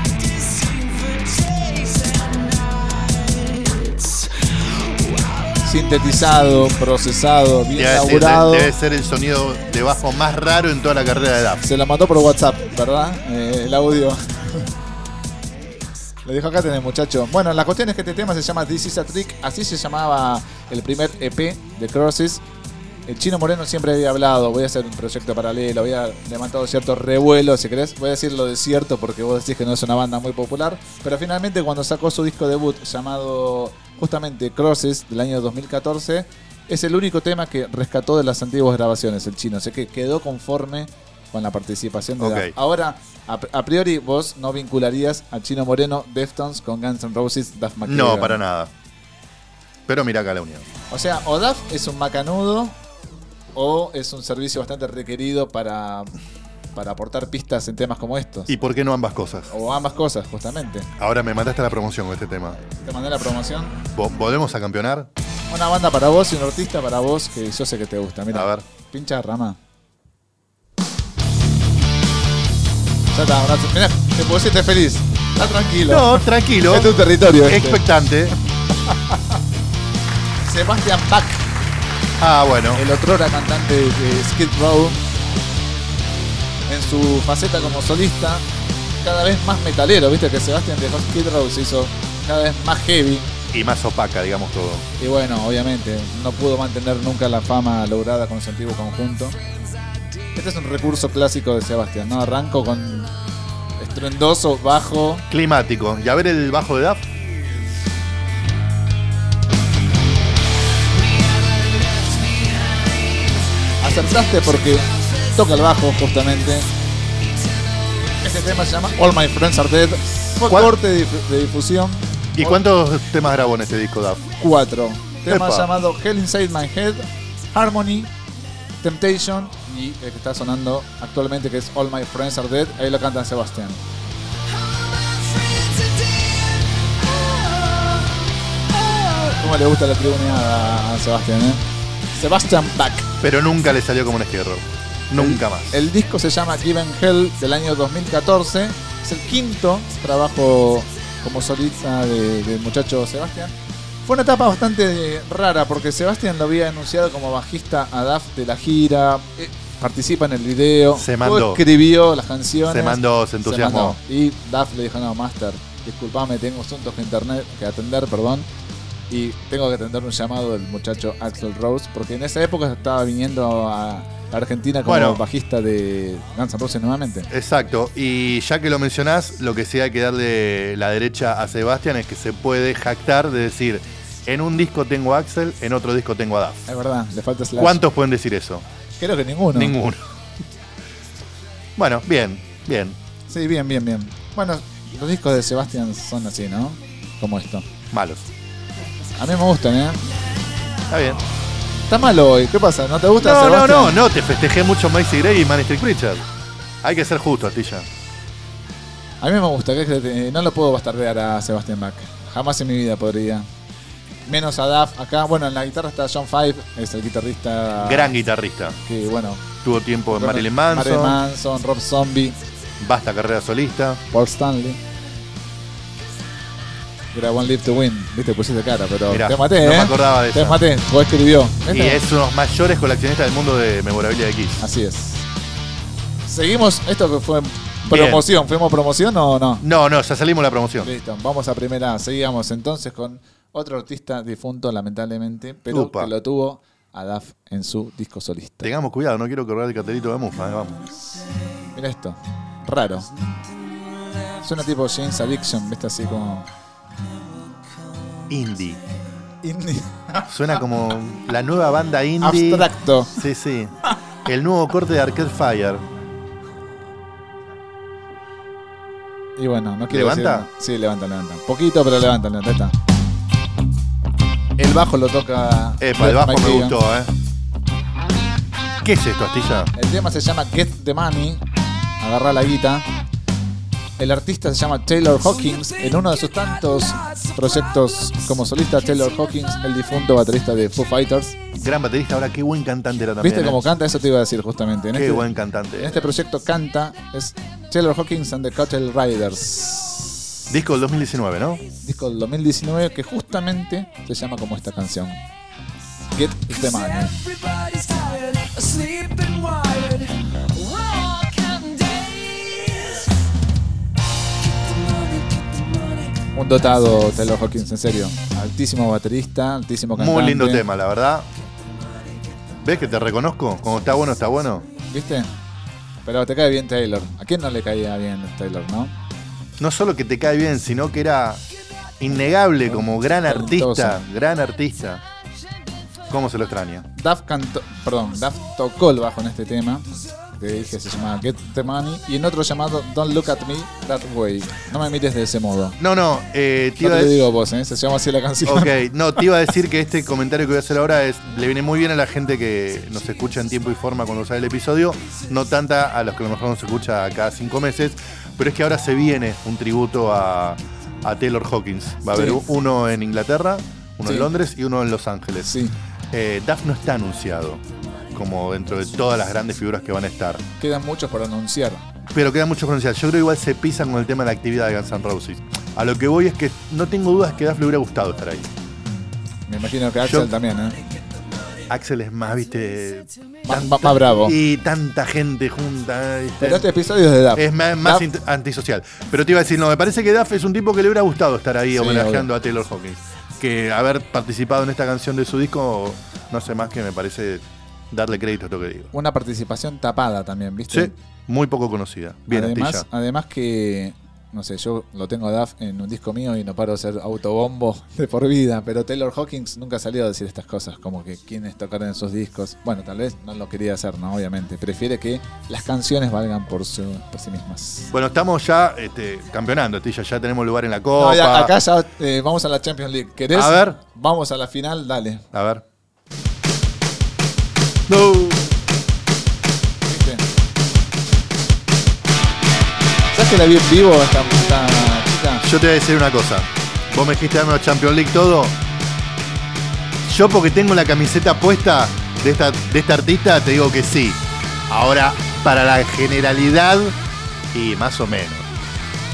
Sintetizado, procesado, bien laburado. Debe ser el sonido de bajo más raro en toda la carrera de Duff. Se lo mandó por WhatsApp, ¿verdad? El audio. Le dijo, acá tenés, muchacho. Bueno, la cuestión es que este tema se llama This Is a Trick. Así se llamaba el primer EP de Crosses. El Chino Moreno siempre había hablado, voy a hacer un proyecto paralelo, había levantado cierto revuelo, si querés. Voy a decir lo de cierto porque vos decís que no es una banda muy popular. Pero finalmente cuando sacó su disco debut llamado justamente Crosses del año 2014, es el único tema que rescató de las antiguas grabaciones el Chino. O sea que quedó conforme con la participación de Ok. Duff. Ahora, a priori vos no vincularías a Chino Moreno, Deftones con Guns N' Roses, Duff McKagan. No, para nada. Pero mira acá la unión. O sea, o Duff es un macanudo o es un servicio bastante requerido para aportar pistas en temas como estos. ¿Y por qué no ambas cosas? O ambas cosas, justamente. Ahora me mandaste la promoción con este tema. Te mandé la promoción. ¿Volvemos a campeonar? Una banda para vos y un artista para vos que yo sé que te gusta. Mira, A ver. pincha Rama. Ya está, mira, te pusiste feliz. Está tranquilo. No, tranquilo. Es tu territorio. este. Expectante. Sebastian Bach, Bueno. el otrora cantante de Skid Row, en su faceta como solista, cada vez más metalero. Viste que Sebastian dejó Skid Row, se hizo cada vez más heavy. Y más opaca, digamos todo. Y bueno, obviamente, no pudo mantener nunca la fama lograda con su antiguo conjunto. Este es un recurso clásico de Sebastián, ¿no? Arranco con estruendoso, bajo. Climático. ¿Y a ver el bajo de Duff? Acertaste porque toca el bajo, justamente. Este tema se llama All My Friends Are Dead. Fue ¿Cuál? corte de difusión. ¿Y cuántos temas grabó en este disco Duff? 4. Tema Epa. llamado Hell Inside My Head, Harmony, Temptation y el que está sonando actualmente, que es All My Friends Are Dead. Ahí lo canta Sebastián. ¿Cómo le gusta la tribuneada a Sebastián, Sebastian Bach. Pero nunca le salió como un Skid Row. Nunca más. El disco se llama Given Hell del año 2014. Es el quinto trabajo como solista del muchacho Sebastián. Fue una etapa bastante rara porque Sebastián lo había anunciado como bajista a Duff de la gira, participa en el video, Se mandó. escribió las canciones. Se entusiasmó. Y Duff le dijo, no, Master, disculpame, tengo asuntos que atender, perdón. Y tengo que atender un llamado del muchacho Axl Rose, porque en esa época estaba viniendo a Argentina como bajista de Guns N' Roses nuevamente. Exacto, y ya que lo mencionás, lo que sí hay que darle la derecha a Sebastián es que se puede jactar de decir, en un disco tengo a Axl, en otro disco tengo a Duff. Es verdad, le falta Slash. ¿Cuántos pueden decir eso? Creo que ninguno. Ninguno. Bueno, bien. Sí, bien. Bueno, los discos de Sebastián son así, ¿no? Como esto. Malos. A mí me gustan, ¿eh? Está bien. Está malo hoy. ¿Qué pasa? ¿No te gusta Sebastián? No, te festejé mucho Macy Gray y Man Street Preacher. Hay que ser justo, Astilla. A mí me gusta, no lo puedo bastardear a Sebastián Bach. Jamás en mi vida podría. Menos a Duff acá. Bueno, en la guitarra está John Five, es el guitarrista. Gran guitarrista. Que bueno. Tuvo tiempo en Marilyn Manson. Rob Zombie. Vasta carrera solista. Paul Stanley. Era One Live to Win. Viste, pusiste cara, pero Mirá, te maté, no me acordaba de eso. Te maté, vos escribió. Y es uno de los mayores coleccionistas del mundo de memorabilia de Kiss. Así es. Seguimos, esto que fue promoción. Bien. ¿Fuimos promoción o no? No, ya salimos la promoción. Listo, vamos a primera. Seguimos entonces con otro artista difunto, lamentablemente, pero que lo tuvo a Duff en su disco solista. Tengamos cuidado, no quiero correr el cartelito de Mufa, vamos. Mira esto, raro. Suena tipo James Addiction, ¿viste? Así como... Indie. Suena como la nueva banda indie. Abstracto. Sí. El nuevo corte de Arcade Fire. Y bueno, no quiero ¿Levanta? decir... Sí, levanta. Poquito, pero levanta. Ahí está. El bajo lo toca... El bajo me gustó, ¿Qué es esto, Astilla? El tema se llama Get the Money. Agarra la guita. El artista se llama Taylor Hawkins. En uno de sus tantos proyectos como solista, Taylor Hawkins, el difunto baterista de Foo Fighters. Gran baterista, ahora qué buen cantante era también. ¿Viste cómo canta? Eso te iba a decir justamente. Qué buen cantante. En este proyecto canta, es Taylor Hawkins and the Cattle Riders. Disco del 2019, ¿no? Disco del 2019 que justamente se llama como esta canción. Get the Money. Un dotado Taylor Hawkins, en serio. Altísimo baterista, altísimo cantante. Muy lindo tema, la verdad. ¿Ves que te reconozco? Cuando está bueno, está bueno. ¿Viste? Pero te cae bien Taylor. ¿A quién no le caía bien Taylor, no? No solo que te cae bien, sino que era innegable como gran artista. Gran artista. ¿Cómo se lo extraña? Duff tocó el bajo en este tema. Que dije se llamaba Get the Money. Y en otro llamado Don't Look at Me That Way. No me mires de ese modo. No, te digo vos, se llama así la canción. Ok, no, te iba a decir que este comentario que voy a hacer ahora le viene muy bien a la gente que nos escucha en tiempo y forma cuando sale el episodio, no tanta a los que a lo mejor nos escucha cada 5 meses, pero es que ahora se viene un tributo a Taylor Hawkins. Va a haber uno en Inglaterra, uno en Londres y uno en Los Ángeles. Sí. Duff no está anunciado como dentro de todas las grandes figuras que van a estar. Quedan muchos por anunciar. Pero queda mucho por anunciar. Yo creo que igual se pisan con el tema de la actividad de Guns N' Roses. A lo que voy es que no tengo dudas que a Duff le hubiera gustado estar ahí. Me imagino que Axl también, ¿eh? Axl es más, viste... Más bravo. Y tanta gente junta. ¿viste? Pero este episodio es de Duff. Es más antisocial. Pero te iba a decir, no, me parece que Duff es un tipo que le hubiera gustado estar ahí homenajeando a Taylor Hawkins. Que haber participado en esta canción de su disco, no sé más que me parece darle crédito a esto que digo. Una participación tapada también, ¿viste? Sí, muy poco conocida. Bien, además que, no sé, yo lo tengo a Duff en un disco mío y no paro de ser autobombo de por vida, pero Taylor Hawkins nunca salió a decir estas cosas, como que quiénes tocaron en sus discos. Bueno, tal vez no lo quería hacer, ¿no? Obviamente. Prefiere que las canciones valgan por sí mismas. Bueno, estamos ya campeonando, Tilla. Ya tenemos lugar en la Copa. No, acá ya vamos a la Champions League. ¿Querés? A ver. Vamos a la final, dale. A ver. No. ¿Viste? ¿Sabes que la vi en vivo esta chica? Yo te voy a decir una cosa. Vos me dijiste darme la Champions League todo. Yo porque tengo la camiseta puesta de esta artista, te digo que sí. Ahora, para la generalidad, y más o menos.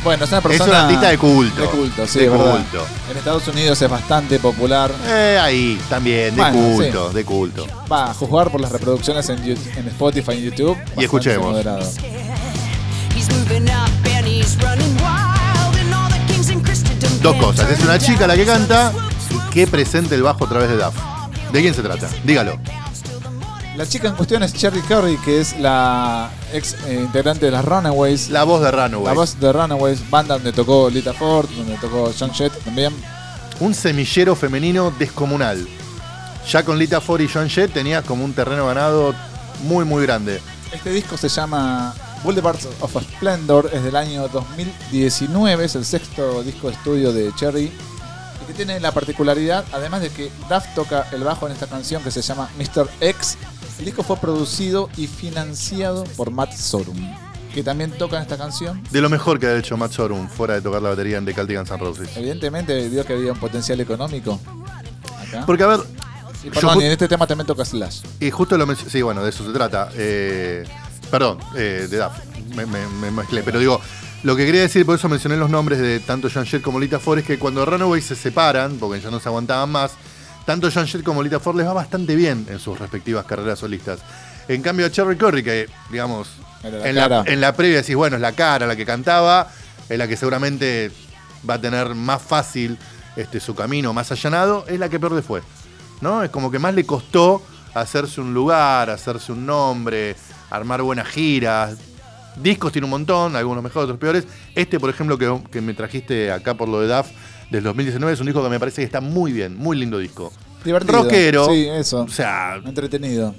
Bueno, es una Es persona... un artista de culto. De culto, sí, de es verdad. culto. En Estados Unidos es bastante popular. Ahí, también, de Bueno, culto, sí. de culto. Va a jugar por las reproducciones en Spotify y en YouTube. Bastante escuchemos. moderado. He's moving up and he's running wild and all the kings in Christendom. Dos cosas. Es una chica la que canta y que presenta el bajo a través de Duff. ¿De quién se trata? Dígalo. La chica en cuestión es Cherry Curry, que es la ex integrante de las Runaways. La voz de Runaway. La voz de Runaways, banda donde tocó Lita Ford, donde tocó Joan Jett también. Un semillero femenino descomunal. Ya con Lita Ford y Joan Jett tenías como un terreno ganado muy, muy grande. Este disco se llama Boulevards of Splendor, es del año 2019, es el sexto disco de estudio de Cherry. Y que tiene la particularidad, además de que Duff toca el bajo en esta canción que se llama Mr. X, el disco fue producido y financiado por Matt Sorum, que también toca en esta canción. De lo mejor que ha hecho Matt Sorum fuera de tocar la batería en The Celtic Guns N' Roses. Evidentemente vio que había un potencial económico acá. Porque, a ver, Y perdón, yo y en este tema también toca Slash. y justo lo mencioné. Sí, bueno, de eso se trata. Perdón, de Duff. Me mezclé. Pero digo, lo que quería decir, por eso mencioné los nombres de tanto Joan Jett como Lita Ford, es que cuando Runaways se separan, porque ya no se aguantaban más, tanto Joan Jett como Lita Ford les va bastante bien en sus respectivas carreras solistas. En cambio a Cherry Curry, que digamos, Era la cara. en la previa decís, bueno, es la cara, la que cantaba, es la que seguramente va a tener más fácil su camino, más allanado, es la que peor le fue. ¿No? Es como que más le costó hacerse un lugar, hacerse un nombre, armar buenas giras. Discos tiene un montón, algunos mejores, otros peores. Por ejemplo, que me trajiste acá por lo de Duff del 2019, es un disco que me parece que está muy bien, muy lindo disco. Divertido. Rockero. Sí, eso. O sea, Entretenido.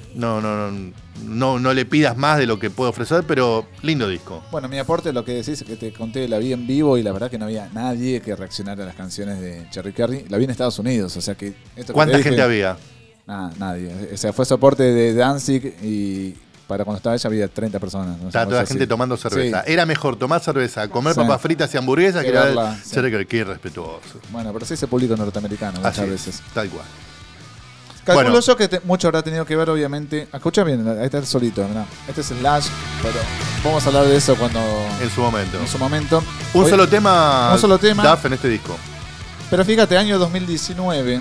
no le pidas más de lo que puedo ofrecer, pero lindo disco. Bueno, mi aporte, lo que decís es que te conté, la vi en vivo y la verdad que no había nadie que reaccionara a las canciones de Cherry Curry. La vi en Estados Unidos, o sea que... esto que ¿Cuánta te dije, gente había? Nada, nadie. O sea, fue soporte de Danzig y para cuando estaba ella había 30 personas. ¿no? Estaba toda la Así. gente tomando cerveza. Sí. Era mejor tomar cerveza, comer Sí. papas fritas y hamburguesas que Que era verla, sí. Cherry Curry. Qué irrespetuoso. Bueno, pero sí ese público norteamericano muchas Así veces. es, tal cual. Calculo Bueno. yo que mucho habrá tenido que ver, obviamente. Escucha bien, ahí está el solito, ¿verdad? Este es Slash, pero vamos a hablar de eso cuando En su momento. en su momento. Un Hoy- solo tema. Un solo tema. Duff en este disco. Pero fíjate, año 2019,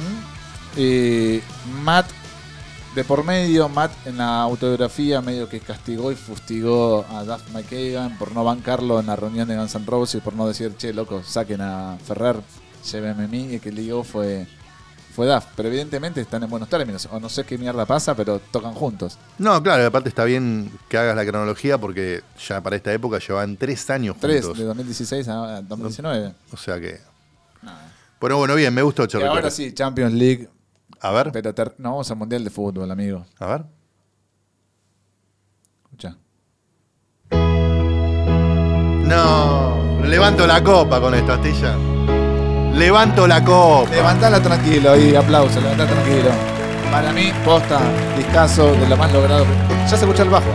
Matt, de por medio, Matt en la autobiografía medio que castigó y fustigó a Duff McKagan por no bancarlo en la reunión de Guns N' Roses y por no decir, che, loco, saquen a Ferrer, llévenme a mí, y que ligó fue Duff. Pero evidentemente están en buenos términos, o no sé qué mierda pasa, pero tocan juntos. No, claro, y aparte está bien que hagas la cronología porque ya para esta época llevaban 3 años Tres, juntos. de 2016 a 2019. O sea que. Bueno, bien, me gustó Y Cherry ahora Curry. sí, Champions League, A ver, pero no vamos al Mundial de Fútbol, amigo. a ver. Escucha. No, levanto la copa con esta astilla. Levanto la copa. Levantala tranquilo ahí, aplauso, levantala tranquilo. Para mí, posta, discazo de lo más logrado. Ya se escucha el bajo.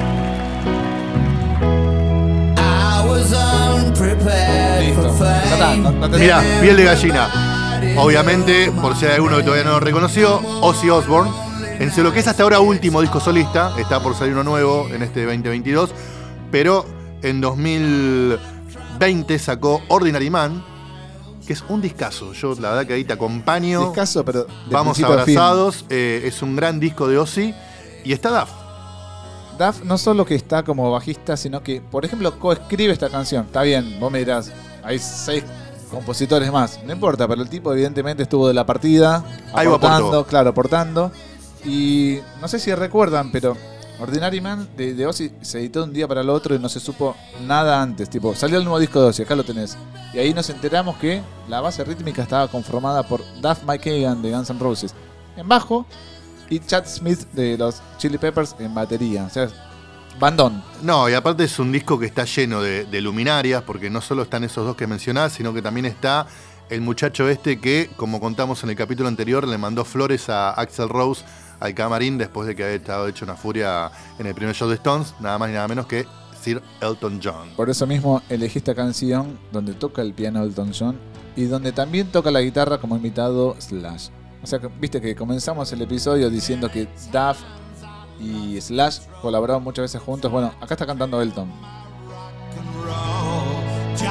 I was unprepared Listo. for Ya está, fame. no te- Mirá, piel de gallina. Obviamente, por si hay alguno que todavía no lo reconoció, Ozzy Osbourne. En lo que es hasta ahora último disco solista, está por salir uno nuevo en este 2022, pero en 2020 sacó Ordinary Man, que es un discazo. Yo la verdad que ahí te acompaño. Discazo, pero de Vamos principio a fin. abrazados. Es un gran disco de Ozzy. Y está Duff. Duff no solo que está como bajista, sino que, por ejemplo, coescribe esta canción. Está bien, vos me dirás, hay 6 compositores más. No importa, pero el tipo evidentemente estuvo de la partida, Algo aportando, aportó. claro, aportando. Y no sé si recuerdan, pero Ordinary Man de Ozzy se editó de un día para el otro y no se supo nada antes. Tipo, salió el nuevo disco de Ozzy, acá lo tenés. Y ahí nos enteramos que la base rítmica estaba conformada por Duff McKagan de Guns N' Roses en bajo y Chad Smith de los Chili Peppers en batería. O sea, bandón. No, y aparte es un disco que está lleno de luminarias, porque no solo están esos dos que mencionás, sino que también está el muchacho este que, como contamos en el capítulo anterior, le mandó flores a Axl Rose al camarín después de que había estado hecho una furia en el primer show de Stones, nada más ni nada menos que Sir Elton John. Por eso mismo elegí esta canción donde toca el piano Elton John y donde también toca la guitarra como invitado Slash. O sea, que, viste que comenzamos el episodio diciendo que Duff y Slash colaboraron muchas veces juntos. Bueno, acá está cantando Elton.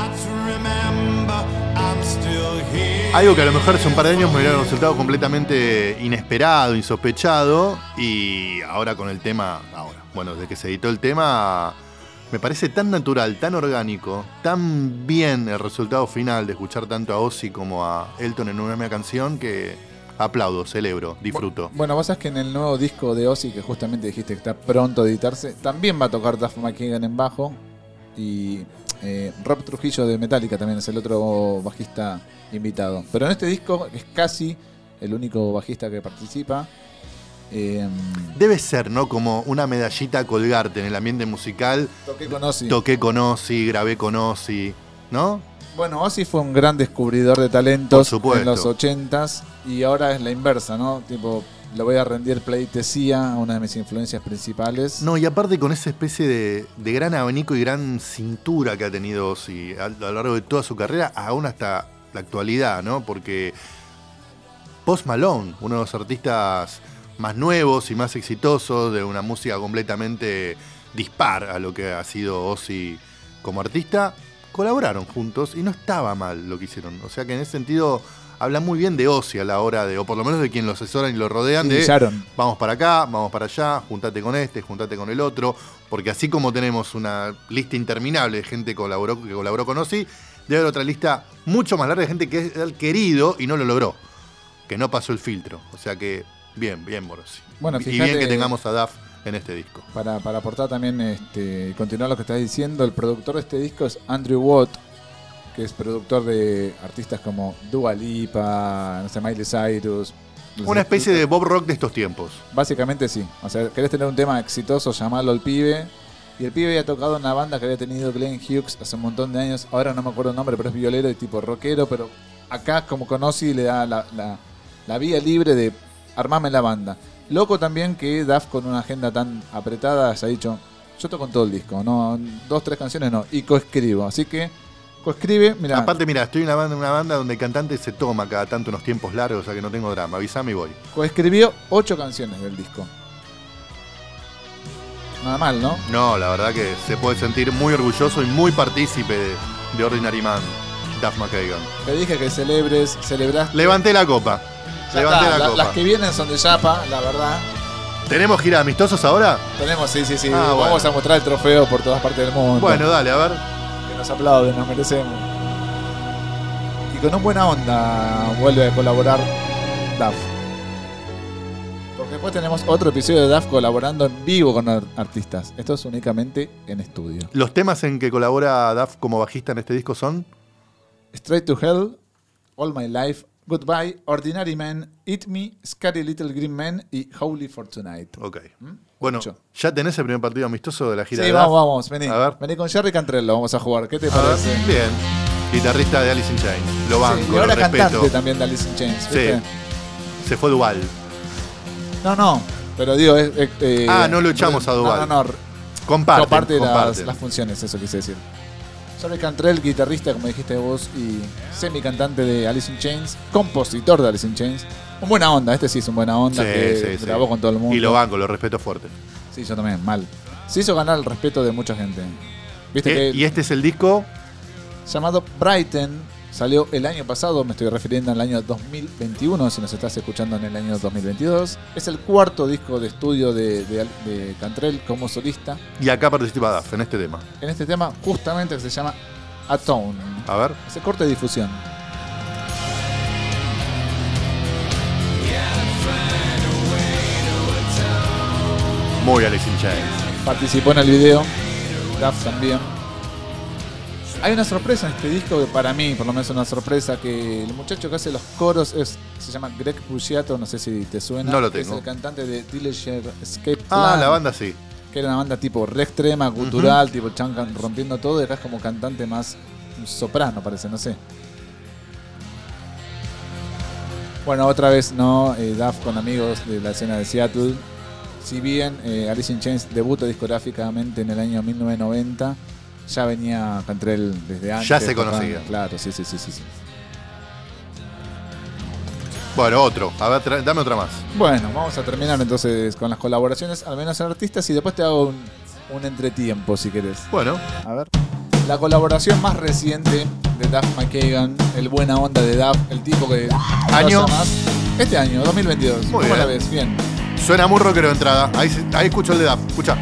Algo que a lo mejor hace un par de años me hubiera resultado completamente inesperado, insospechado, y ahora con el tema, bueno, desde que se editó el tema, me parece tan natural, tan orgánico, tan bien el resultado final de escuchar tanto a Ozzy como a Elton en una misma canción que aplaudo, celebro, disfruto. Bueno, vos sabés que en el nuevo disco de Ozzy, que justamente dijiste que está pronto a editarse, también va a tocar Duff McKagan en bajo, y Rob Trujillo de Metallica también es el otro bajista invitado. Pero en este disco es casi el único bajista que participa. Debe ser, ¿no? Como una medallita a colgarte en el ambiente musical. Toqué con Ozzy, grabé con Ozzy, ¿no? Bueno, Ozzy fue un gran descubridor de talentos Por supuesto. en los 80s y ahora es la inversa, ¿no? Tipo, le voy a rendir pleitesía a una de mis influencias principales. No, y aparte con esa especie de gran abanico y gran cintura que ha tenido Ozzy a lo largo de toda su carrera, aún hasta la actualidad, ¿no? Porque Post Malone, uno de los artistas más nuevos y más exitosos, de una música completamente dispar a lo que ha sido Ozzy como artista, colaboraron juntos y no estaba mal lo que hicieron. O sea que en ese sentido habla muy bien de Ozzy a la hora de, o por lo menos de quien lo asesoran y lo rodean, Sí, de Sharon. vamos para acá, vamos para allá, juntate con este, juntate con el otro, porque así como tenemos una lista interminable de gente que colaboró con Ozzy, debe haber otra lista mucho más larga de gente que es querido y no lo logró, que no pasó el filtro. O sea que bien por Ozzy. Bueno, y fíjate, bien que tengamos a Duff en este disco. Para aportar también y continuar lo que estás diciendo, el productor de este disco es Andrew Watt, que es productor de artistas como Dua Lipa, no sé, Miley Cyrus. Una especie de Bob Rock de estos tiempos. Básicamente sí. O sea, querés tener un tema exitoso, llamalo al pibe. Y el pibe había tocado en una banda que había tenido Glenn Hughes hace un montón de años. Ahora no me acuerdo el nombre, pero es violero y tipo rockero. Pero acá, como conocí, le da la vía libre de armarme la banda. Loco también que Duff, con una agenda tan apretada, haya dicho: yo toco en todo el disco, no 2, 3 canciones no, y coescribo. Así que coescribe, mirá. Aparte, mira, estoy en una banda donde el cantante se toma cada tanto unos tiempos largos, o sea que no tengo drama. Avísame y voy. Coescribió 8 canciones del disco. Nada mal, ¿no? No, la verdad que se puede sentir muy orgulloso y muy partícipe de Ordinary Man, Duff McKagan. Te dije que celebraste. Levanté la copa. Ya Levanté está, la copa. las que vienen son de Yapa, la verdad. ¿Tenemos gira de amistosos ahora? Tenemos, sí. Ah, Vamos bueno. a mostrar el trofeo por todas partes del mundo. Bueno, dale, a ver. Que nos aplauden, nos merecemos. Y con un buena onda vuelve a colaborar Duff. Porque después tenemos otro episodio de Duff colaborando en vivo con artistas. Esto es únicamente en estudio. Los temas en que colabora Duff como bajista en este disco son... Straight to Hell, All My Life, Goodbye, Ordinary Man, Eat Me, Scary Little Green Man y Holy for Tonight. Ok. Bueno, Mucho. ¿ya tenés el primer partido amistoso de la gira Sí, de Duff? vamos, vení. A ver. Vení con Jerry Cantrell, vamos a jugar. ¿Qué te A ver, parece? bien. Guitarrista de Alice in Chains. Lo banco, Sí, y ahora lo respeto. cantante también de Alice in Chains. Sí. ¿viste? Se fue Duval. No, pero digo... No lo echamos a Duval. No. Comparten. Comparte las funciones, eso quise decir. Jerry Cantrell, guitarrista, como dijiste vos, y semicantante de Alice in Chains, compositor de Alice in Chains. Un buena onda, este sí es un buena onda, que grabó con todo el mundo. Y lo banco, lo respeto fuerte. Sí, yo también, mal. Se hizo ganar el respeto de mucha gente. ¿Viste que Y este es el disco... llamado Brighten salió el año pasado, me estoy refiriendo al año 2021, si nos estás escuchando en el año 2022. Es el 4º disco de estudio de Cantrell como solista. Y acá participa Duff en este tema. En este tema, justamente, que se llama Atone. A ver. Ese corte de difusión. Muy Alice in Chains. Participó en el video. Duff también. Hay una sorpresa en este disco que para mí, por lo menos una sorpresa, que el muchacho que hace los coros se llama Greg Puciato, no sé si te suena. No lo que tengo. Es el cantante de Dillinger Escape Plan. La banda sí. Que era una banda tipo re extrema, cultural, tipo chancan rompiendo todo, y acá es como cantante más un soprano, parece, no sé. Bueno, otra vez, ¿no? Duff con amigos de la escena de Seattle. Si bien Alice in Chains debuta discográficamente en el año 1990, ya venía Cantrell desde antes. Ya se tocando. conocía. Claro, sí. Bueno, otro. A ver, dame otra más. Bueno, vamos a terminar entonces con las colaboraciones, al menos en artistas, y después te hago un entretiempo, si querés. Bueno. A ver. La colaboración más reciente de Duff McKagan, el buena onda de Duff, el tipo que... ¿Año? Más. Este año, 2022. Muy ¿Cómo bien. la ves? Bien. Suena muy rockero de entrada. Ahí escucho el de Duff. Escucha.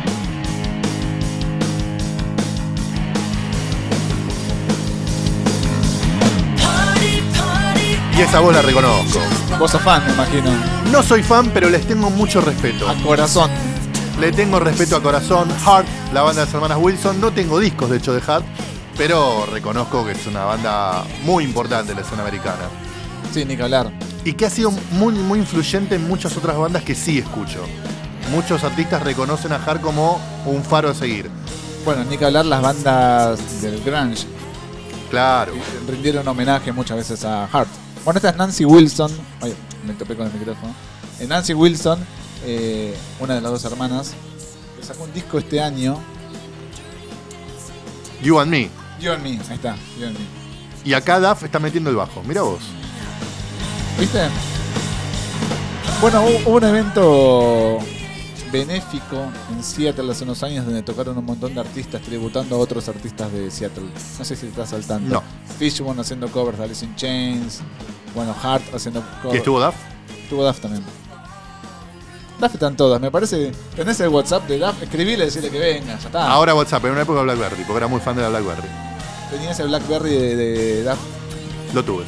Y esa voz la reconozco. Vos sos fan, me imagino. No soy fan, pero les tengo mucho respeto. A corazón. Le tengo respeto a corazón. Heart, la banda de las hermanas Wilson. No tengo discos, de hecho, de Heart, pero reconozco que es una banda muy importante en la escena americana. Sí, ni que hablar. Y que ha sido muy, muy influyente en muchas otras bandas que sí escucho. Muchos artistas reconocen a Heart como un faro a seguir. Bueno, ni que hablar las bandas del grunge. Claro. Rindieron homenaje muchas veces a Heart. Bueno, esta es Nancy Wilson. Ay, me topé con el micrófono. Nancy Wilson, una de las dos hermanas, que sacó un disco este año. You and Me. You and Me, ahí está, You and Me. Y acá Duff está metiendo el bajo. Mira vos. ¿Viste? Bueno, hubo un evento benéfico en Seattle hace unos años donde tocaron un montón de artistas tributando a otros artistas de Seattle. No sé si estás saltando. No. Fishbone haciendo covers de Alice in Chains. Bueno, Heart haciendo covers. ¿Y estuvo Duff? Estuvo Duff también. Duff están todas, me parece. ¿Tenés el WhatsApp de Duff? Escribile y decirle que venga, ya está. Ahora WhatsApp, en una época Blackberry, porque era muy fan de la Blackberry. Tenías el Blackberry de Duff. Lo tuve.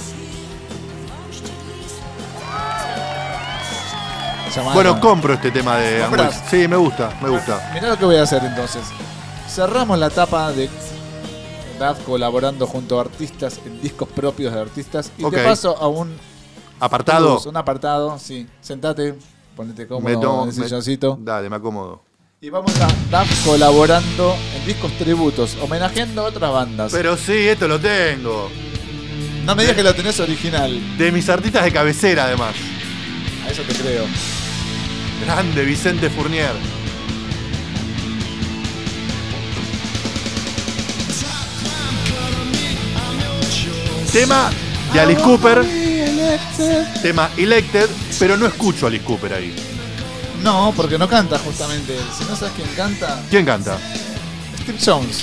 Bueno, compro este tema de ¿Comprás? Angus. Sí, me gusta, me gusta. Mirá lo que voy a hacer entonces. Cerramos la etapa de Duff colaborando junto a artistas en discos propios de artistas. Y Ok. te paso a un Apartado. plus, un apartado, sí. Sentate, ponete cómodo Me tomo- en el silloncito. Dale, me acomodo. Y vamos a Duff colaborando en discos tributos, homenajeando a otras bandas. Pero sí, esto lo tengo. No me digas que lo tenés original. De mis artistas de cabecera, además. A eso te creo. Grande Vicente Fournier. Tema de Alice Cooper. Tema Elected, pero no escucho a Alice Cooper ahí. No, porque no canta justamente él. Si no sabes quién canta, ¿Quién canta? Steve Jones.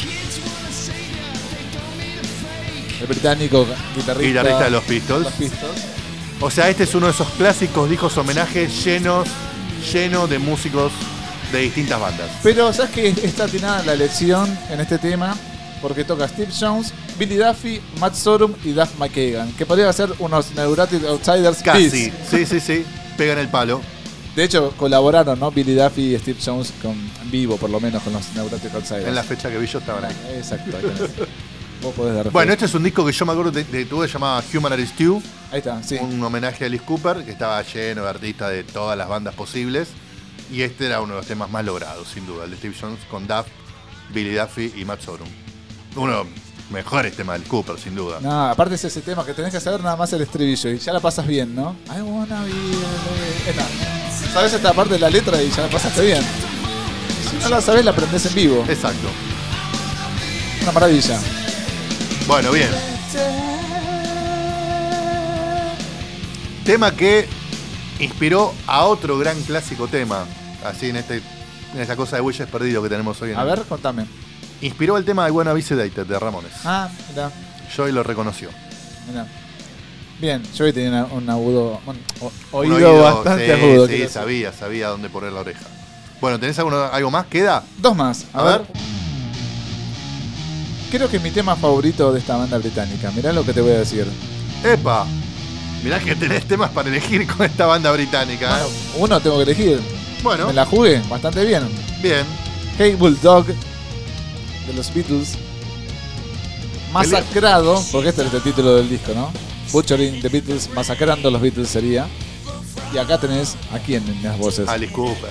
El británico guitarrista, Guitarrista de los Pistols. Los Pistols. O sea, este es uno de esos clásicos discos homenaje lleno de músicos de distintas bandas. Pero ¿sabes que está atinada la elección en este tema? Porque toca Steve Jones, Billy Duffy, Matt Sorum y Duff McKagan, que podrían ser unos Neurotic Outsiders Casi. bis. Sí. Pegan el palo. De hecho, colaboraron, ¿no? Billy Duffy y Steve Jones en vivo, por lo menos, con los Neurotic Outsiders. En la fecha que vi yo estaban ahí. Exacto. Ahí tenés. Vos podés dar fe. Bueno, este es un disco que yo me acuerdo de tuve llamado Human Stew. Ahí está, sí. Un homenaje a Alice Cooper, que estaba lleno de artistas de todas las bandas posibles. Y este era uno de los temas más logrados, sin duda. El de Steve Jones con Duff, Billy Duffy y Matt Sorum. Uno de los mejores temas del Cooper, sin duda. No, aparte es ese tema que tenés que saber nada más el estribillo y ya la pasas bien, ¿no? I wanna be esta. Sabes esta parte de la letra y ya la pasaste bien. Si no la sabes, la aprendés en vivo. Exacto. Una maravilla. Bueno, bien. Tema que inspiró a otro gran clásico tema. Así en esta cosa de bueyes perdidos que tenemos hoy en A el- ver, contame. Inspiró el tema de Wanna Be Sedated de Ramones. Ah, mirá, Joey lo reconoció. mirá. Bien, yo tenía un agudo, Un oído bastante sí, agudo. Sí, quiero decir. sabía dónde poner la oreja. Bueno, ¿tenés algo más? ¿Queda? Dos más, a, A ver. ver. Creo que es mi tema favorito de esta banda británica. Mirá lo que te voy a decir. ¡Epa! Mirá que tenés temas para elegir con esta banda británica. Bueno, uno tengo que elegir. Bueno, Me la jugué bastante bien. bien. Hey Bulldog de los Beatles. Masacrado, porque este es el título del disco, ¿no? Butchering the Beatles, masacrando a los Beatles sería. Y acá tenés a quién en las voces. Alice Cooper.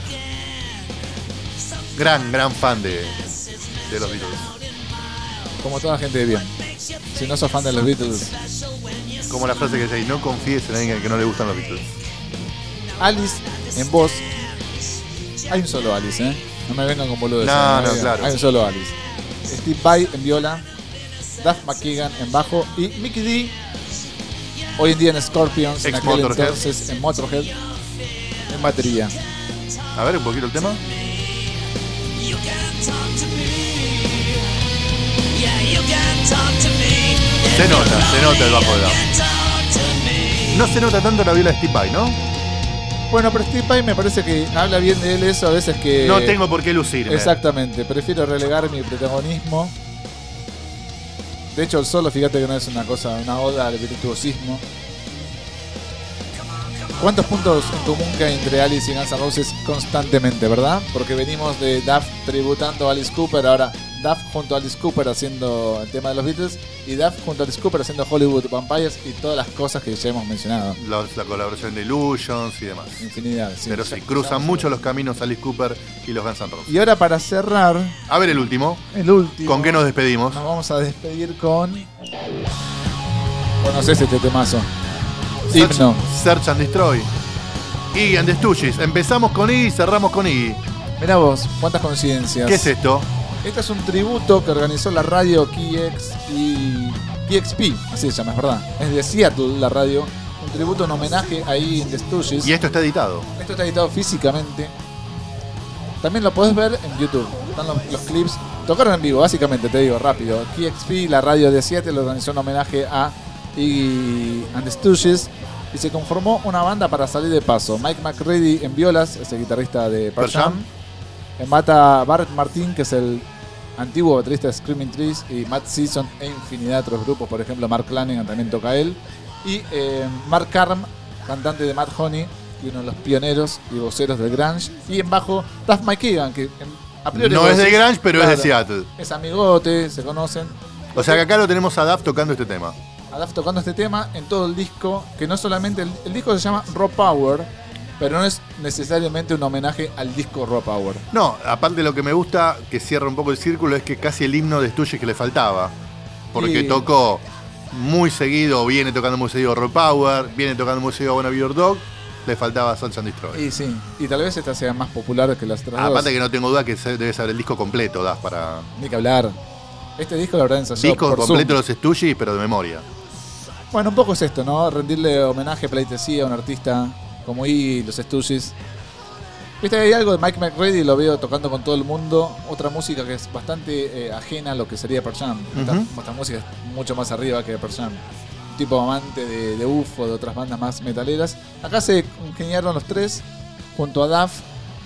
Gran fan de los Beatles. Como toda gente de bien. Si no sos fan de los Beatles. Como la frase que dice, no confíes en alguien que no le gustan los Beatles. Alice en voz. Hay un solo Alice, ¿eh? No me vengan con boludeces. No, me digan. claro. Hay un solo Alice. Steve Vai en viola. Duff McKagan en bajo. Y Mickey D. Hoy en día en Scorpions. En Ex aquel Motorhead. entonces en Motorhead. En batería. A ver, un poquito el tema. You can talk to me. Yeah, Se nota el bajo de Duff. No se nota tanto la viola de Steve Vai, ¿no? Bueno, pero Steve Vai me parece que habla bien de él eso a veces que... No tengo por qué lucirme. Exactamente, prefiero relegar mi protagonismo. De hecho, el solo, fíjate que no es una cosa, una oda al virtuosismo. ¿Cuántos puntos en común que hay entre Alice y Guns N' Roses constantemente, verdad? Porque venimos de Duff tributando a Alice Cooper, ahora Duff junto a Alice Cooper haciendo el tema de los Beatles y Duff junto a Alice Cooper haciendo Hollywood Vampires y todas las cosas que ya hemos mencionado. La colaboración de Illusions y demás. Infinidad, sí. Pero sí, cruzan mucho los caminos Alice Cooper y los Guns N' Roses. Y ahora para cerrar... A ver el último. ¿Con qué nos despedimos? Nos vamos a despedir con... ¿Conoces este temazo? Himno. Search and Destroy. Iggy and the Stooges. Empezamos con Iggy y cerramos con Iggy. Mirá vos, cuántas coincidencias. ¿Qué es esto? Este es un tributo que organizó la radio KXP, así se llama, es verdad. Es de Seattle la radio. Un tributo en homenaje a Iggy and the Stooges. Y esto está editado. Esto está editado físicamente. También lo podés ver en YouTube. Están los clips. Tocaron en vivo, básicamente, te digo rápido. KXP, la radio de Seattle, organizó un homenaje a Iggy and the Stooges y se conformó una banda para salir de paso. Mike McCready en violas, es el guitarrista de Pearl Jam. En bata Barrett Martin, que es el antiguo baterista de Screaming Trees, y Matt Season e infinidad de otros grupos, por ejemplo Mark Lanegan también toca él, y Mark Carm, cantante de Mad Honey y uno de los pioneros y voceros del grunge, y en bajo Duff McKagan, que a priori no es de grunge, pero claro, es de Seattle. Es amigote, se conocen. O sea que acá lo tenemos a Duff tocando este tema. A Duff tocando este tema en todo el disco, que no solamente el disco se llama Raw Power, pero no es necesariamente un homenaje al disco Raw Power. No, aparte lo que me gusta, que cierra un poco el círculo, es que casi el himno de Stooges que le faltaba. Porque tocó muy seguido, viene tocando muy seguido Raw Power, viene tocando muy seguido Wanna Be Your Dog, le faltaba Search and Destroy. Y sí, y tal vez esta sea más popular que las otras dos. Aparte que no tengo duda que debe ser el disco completo, Duff, para... Ni que hablar. Este disco lo habrá ensayado Disco por completo Zoom. de los Stooges, pero de memoria. Bueno, un poco es esto, ¿no? Rendirle homenaje, pleitesía a un artista como Iggy, los Stooges. Viste, hay algo de Mike McCready, lo veo tocando con todo el mundo. Otra música que es bastante ajena a lo que sería Pearl Jam. Esta música es mucho más arriba que Pearl Jam. Un tipo amante de UFO, de otras bandas más metaleras. Acá se ingeniaron los tres junto a Duff.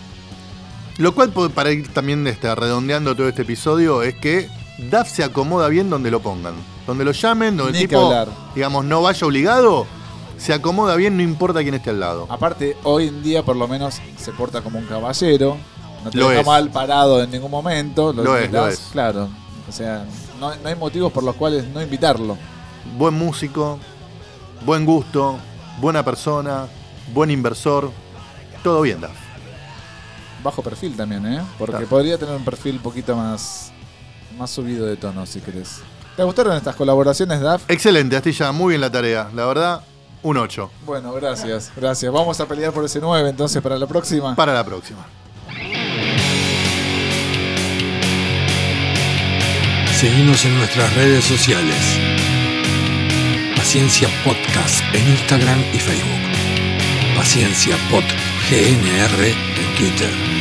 Lo cual, para ir también redondeando todo este episodio, es que Duff se acomoda bien donde lo pongan. Donde lo llamen, donde el tipo, digamos, no vaya obligado, se acomoda bien, no importa quién esté al lado. Aparte, hoy en día por lo menos se porta como un caballero. No te deja mal parado en ningún momento. Lo es. Claro. O sea, no hay motivos por los cuales no invitarlo. Buen músico, buen gusto, buena persona, buen inversor. Todo bien, Duff. Bajo perfil también, ¿eh? Porque podría tener un perfil un poquito más subido de tono, si querés. ¿Te gustaron estas colaboraciones, Duff? Excelente, Astilla, muy bien la tarea. La verdad, un 8. Bueno, gracias. Vamos a pelear por ese 9 entonces para la próxima. Para la próxima. Seguimos en nuestras redes sociales. Paciencia Podcast en Instagram y Facebook. Paciencia Pod GNR en Twitter.